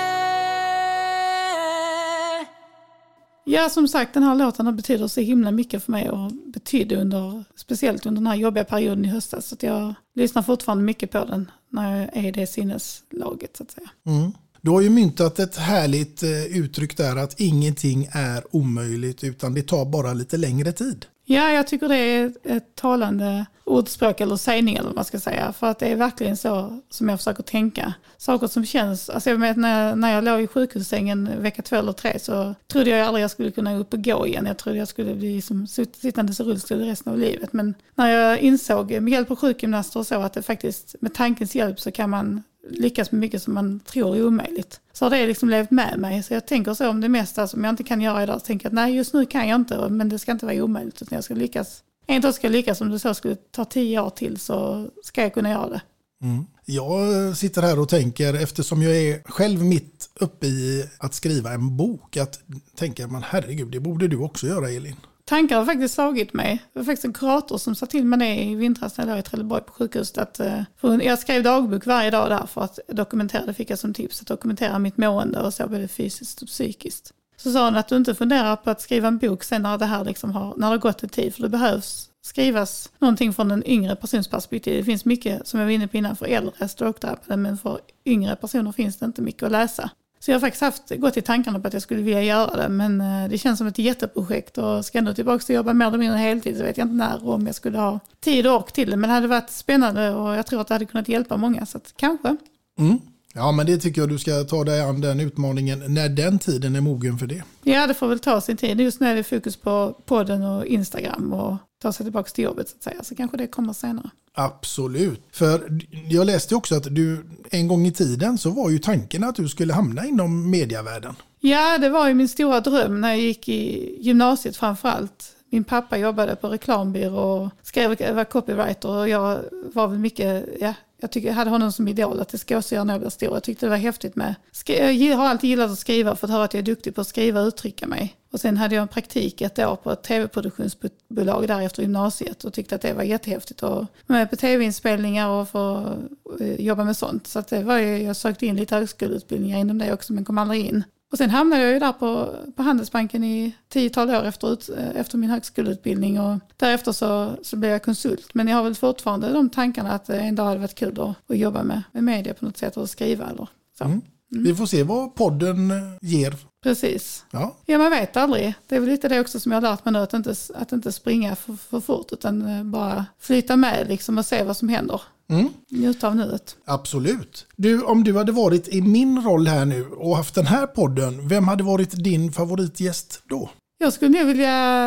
Ja, som sagt, den här låten betyder så himla mycket för mig och betydde speciellt under den här jobbiga perioden i höstas. Så att jag lyssnar fortfarande mycket på den när jag är i det sinneslaget så att säga. Du har ju myntat ett härligt uttryck där, att ingenting är omöjligt utan det tar bara lite längre tid. Ja, jag tycker det är ett talande ordspråk eller sägning eller vad man ska säga. För att det är verkligen så som jag försöker tänka. Saker som känns, alltså jag vet när jag låg i sjukhussängen vecka 2 eller 3 så trodde jag aldrig jag skulle kunna upp och gå igen. Jag trodde jag skulle bli som sittandes i rullstol resten av livet. Men när jag insåg med hjälp av sjukgymnaster och så att det faktiskt med tankens hjälp så kan man lyckas med mycket som man tror är omöjligt. Så har det liksom levt med mig. Så jag tänker så om det mesta som jag inte kan göra idag. Så tänker jag att nej, just nu kan jag inte, men det ska inte vara omöjligt. Utan jag ska lyckas. En dag ska jag lyckas, om det så skulle ta 10 år till så ska jag kunna göra det. Mm. Jag sitter här och tänker, eftersom jag är själv mitt uppe i att skriva en bok, att tänka, men herregud, det borde du också göra, Elin. Tankar har faktiskt slagit mig. Det var faktiskt en kurator som sa till mig det i vintras när jag var i Trelleborg på sjukhuset. Att, jag skrev dagbok varje dag där för att dokumentera, det fick jag som tips, att dokumentera mitt mående och så både fysiskt och psykiskt. Så sa hon att du inte funderar på att skriva en bok sen när det här liksom när det har gått en tid, för det behövs skrivas någonting från en yngre persons perspektiv. Det finns mycket, som jag var inne på innan, för äldre strokedrabbade, men för yngre personer finns det inte mycket att läsa. Så jag har faktiskt gått i tankarna på att jag skulle vilja göra det, men det känns som ett jätteprojekt och ska ändå tillbaka till att jobba mer eller mindre heltid så vet jag inte när om jag skulle ha tid och ork till det, men det hade varit spännande och jag tror att det hade kunnat hjälpa många, så att kanske. Mm. Ja, men det tycker jag du ska ta dig an den utmaningen när den tiden är mogen för det. Ja, det får väl ta sin tid. Just nu är det fokus på podden och Instagram och ta sig tillbaka till jobbet så att säga. Så kanske det kommer senare. Absolut. För jag läste också att du en gång i tiden så var ju tanken att du skulle hamna inom mediavärlden. Ja, det var ju min stora dröm när jag gick i gymnasiet framförallt. Min pappa jobbade på reklambyrå och var copywriter och jag var väl mycket, jag hade honom som idol att det ska också göra något stort. Jag tyckte det var häftigt med. Jag har alltid gillat att skriva för att höra att jag är duktig på att skriva och uttrycka mig. Och sen hade jag en praktik ett år på ett tv-produktionsbolag där efter gymnasiet och tyckte att det var jättehäftigt att vara med på tv-inspelningar och få jobba med sånt. Så att det var jag sökte in lite högskoleutbildningar inom det också men kom aldrig in. Och sen hamnade jag ju där på Handelsbanken i 10-tal år efter min högskoleutbildning och därefter så blev jag konsult. Men jag har väl fortfarande de tankarna att en dag hade varit kul att jobba med media på något sätt och skriva eller så. Mm. Vi får se vad podden ger. Precis. Ja, man vet aldrig. Det är väl lite det också som jag har lärt mig nu, att inte springa för fort utan bara flyta med liksom och se vad som händer. Njuta av nuet. Absolut. Om du hade varit i min roll här nu och haft den här podden, vem hade varit din favoritgäst då? Jag skulle nog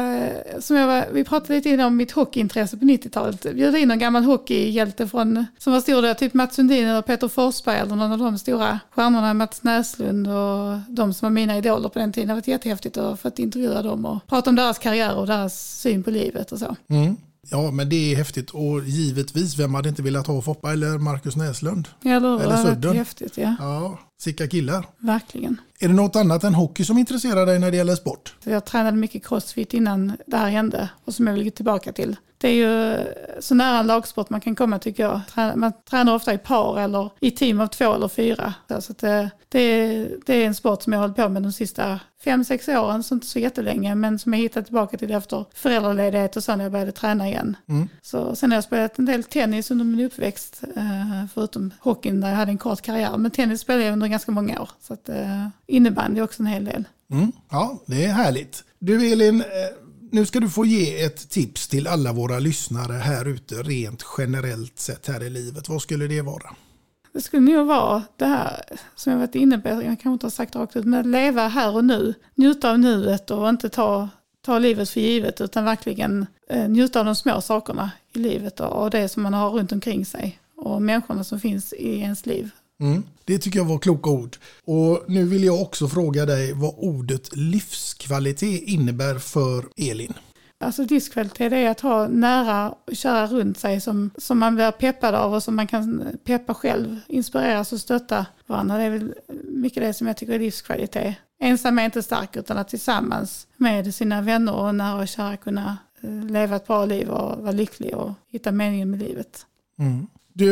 vilja, vi pratade lite innan om mitt hockeyintresse på 90-talet, bjuda in en gammal hockeyhjälte som var stor där, typ Mats Sundin eller Peter Forsberg eller någon av de stora stjärnorna, Mats Näslund och de som var mina idoler på den tiden. Det var jättehäftigt att få intervjua dem och prata om deras karriär och deras syn på livet och så. Mm. Ja, men det är häftigt och givetvis, vem hade inte velat ha Foppa eller Marcus Näslund? Eller Sudden? Häftigt, ja. Ja, sicka killar. Verkligen. Är det något annat än hockey som intresserar dig när det gäller sport? Jag tränade mycket crossfit innan det här hände och som jag vill gå tillbaka till. Det är ju så nära en lagsport man kan komma tycker jag. Man tränar ofta i par eller i team av 2 eller 4. Så att det är en sport som jag har hållit på med de sista 5-6 åren, så inte så jättelänge, men som jag hittade tillbaka till efter föräldraledighet och så när jag började träna igen. Så sen har jag spelat en del tennis under min uppväxt, förutom hockeyn där jag hade en kort karriär. Men tennis spelade jag under ganska många år, så att innebandy är också en hel del. Ja, det är härligt. Du Elin, nu ska du få ge ett tips till alla våra lyssnare här ute rent generellt sett här i livet. Vad skulle det vara? Det skulle nog vara det här som jag varit inne på, jag kanske inte har sagt rakt ut, men att leva här och nu, njuta av nuet och inte ta livet för givet utan verkligen njuta av de små sakerna i livet och det som man har runt omkring sig och människorna som finns i ens liv. Det tycker jag var kloka ord. Och nu vill jag också fråga dig vad ordet livskvalitet innebär för Elin. Alltså livskvalitet är att ha nära och kära runt sig som man blir peppad av och som man kan peppa själv, inspireras och stötta varandra. Det är väl mycket det som jag tycker är livskvalitet. Ensam är inte stark utan att tillsammans med sina vänner och nära och kära kunna leva ett bra liv och vara lycklig och hitta meningen med livet. Du,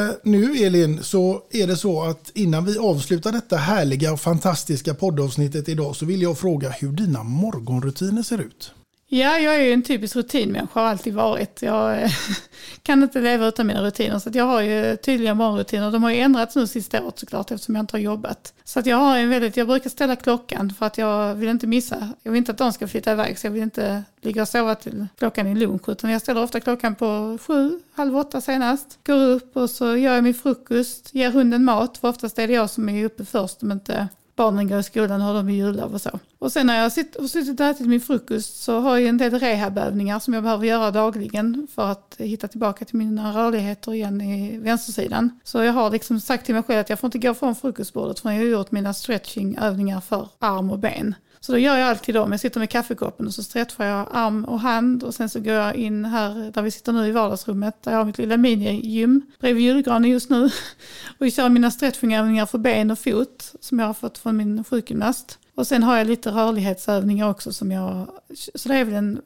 nu Elin, så är det så att innan vi avslutar detta härliga och fantastiska poddavsnittet idag så vill jag fråga hur dina morgonrutiner ser ut. Ja, jag är ju en typisk rutinmänniska, har alltid varit. Jag kan inte leva utan mina rutiner. Så att jag har ju tydliga morgonrutiner. De har ju ändrats nu sista året såklart eftersom jag inte har jobbat. Så att jag har jag brukar ställa klockan för att jag vill inte missa. Jag vill inte att de ska flytta iväg så jag vill inte ligga och sova till klockan i lunch. Utan jag ställer ofta klockan på 7, halv 8 senast. Går upp och så gör jag min frukost, ger hunden mat. För oftast är det jag som är uppe först om inte barnen går i skolan och har dem i jullov och så. Och sen när jag har suttit och ätit min frukost så har jag en del rehabövningar som jag behöver göra dagligen för att hitta tillbaka till mina rörligheter igen i vänstersidan. Så jag har liksom sagt till mig själv att jag får inte gå från frukostbordet för jag har gjort mina stretchingövningar för arm och ben. Så då gör jag alltid dem. Jag sitter med kaffekoppen och så stretchar jag arm och hand och sen så går jag in här där vi sitter nu i vardagsrummet där jag har mitt lilla minigym bredvid julgranen just nu och kör mina stretchingövningar för ben och fot som jag har fått från min sjukgymnast. Och sen har jag lite rörlighetsövningar också så det är väl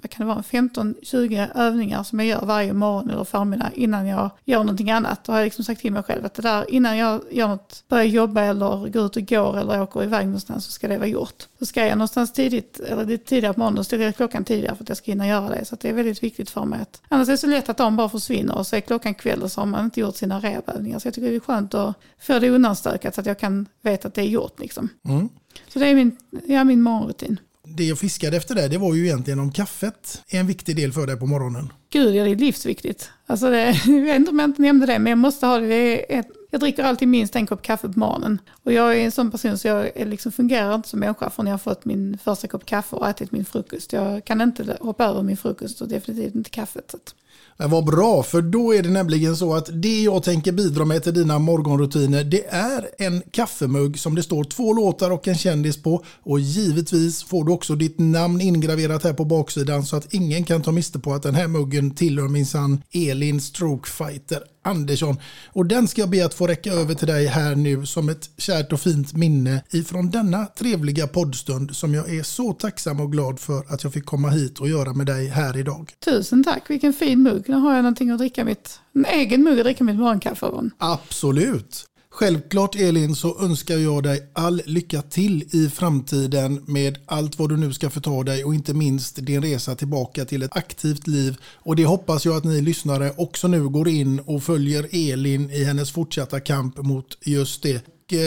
15-20 övningar som jag gör varje morgon eller förmiddag innan jag gör någonting annat. Då har jag liksom sagt till mig själv att det där innan jag gör något, börjar jobba eller går ut och går eller åker iväg någonstans så ska det vara gjort. Så ska jag någonstans tidigt eller lite tidigare på morgonen då ställer jag klockan tidigare för att jag ska hinna göra det. Så att det är väldigt viktigt för mig. Annars är det så lätt att de bara försvinner och så är klockan kväll och så har man inte gjort sina rehabövningar. Så jag tycker det är skönt att få det undanstökat så att jag kan veta att det är gjort liksom. Mm. Så det är min morgonrutin. Det jag fiskade efter det var ju egentligen om kaffet är en viktig del för dig på morgonen. Gud, det är livsviktigt. Alltså jag vet inte om jag inte nämnde det, men jag måste ha det. Jag dricker alltid minst en kopp kaffe på morgonen. Och jag är en sån person så jag liksom fungerar inte som människa förrän jag har fått min första kopp kaffe och ätit min frukost. Jag kan inte hoppa över min frukost och definitivt inte kaffet. Det var bra, för då är det nämligen så att det jag tänker bidra med till dina morgonrutiner, det är en kaffemugg som det står 2 låtar och en kändis på. Och givetvis får du också ditt namn ingraverat här på baksidan så att ingen kan ta miste på att den här muggen tillhör minsann Elin Strokefighter Andersson. Och den ska jag be att få räcka över till dig här nu som ett kärt och fint minne ifrån denna trevliga poddstund som jag är så tacksam och glad för att jag fick komma hit och göra med dig här idag. Tusen tack, vilken fin mugg. Nu har jag någonting att dricka en egen mugg att dricka mitt morgonkaffe av. Absolut. Självklart Elin så önskar jag dig all lycka till i framtiden med allt vad du nu ska förta dig och inte minst din resa tillbaka till ett aktivt liv. Och det hoppas jag att ni lyssnare också nu går in och följer Elin i hennes fortsatta kamp mot just det.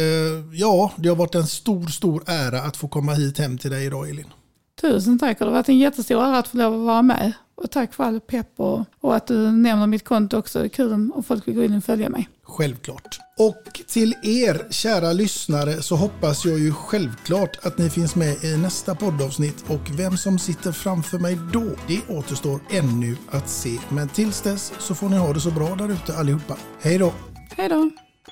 Ja, det har varit en stor ära att få komma hit hem till dig idag Elin. Tusen tack, det har varit en jättestor ära att få lov att vara med. Och tack för all pepp och att du nämner mitt konto också. Det är kul om folk vill gå in och följa mig. Självklart. Och till er kära lyssnare så hoppas jag ju självklart att ni finns med i nästa poddavsnitt. Och vem som sitter framför mig då, det återstår ännu att se. Men tills dess så får ni ha det så bra där ute allihopa. Hej då! Hej då!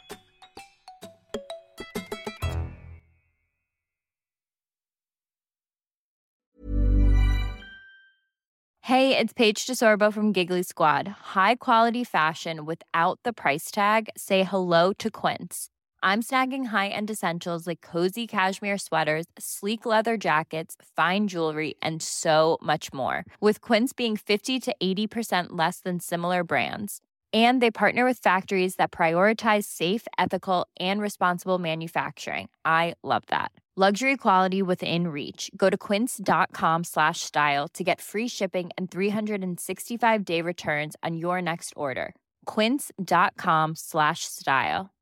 Hey, it's Paige DeSorbo from Giggly Squad. High quality fashion without the price tag. Say hello to Quince. I'm snagging high-end essentials like cozy cashmere sweaters, sleek leather jackets, fine jewelry, and so much more. With Quince being 50 to 80% less than similar brands. And they partner with factories that prioritize safe, ethical, and responsible manufacturing. I love that. Luxury quality within reach. Go to quince.com/style to get free shipping and 365-day returns on your next order. Quince.com/style.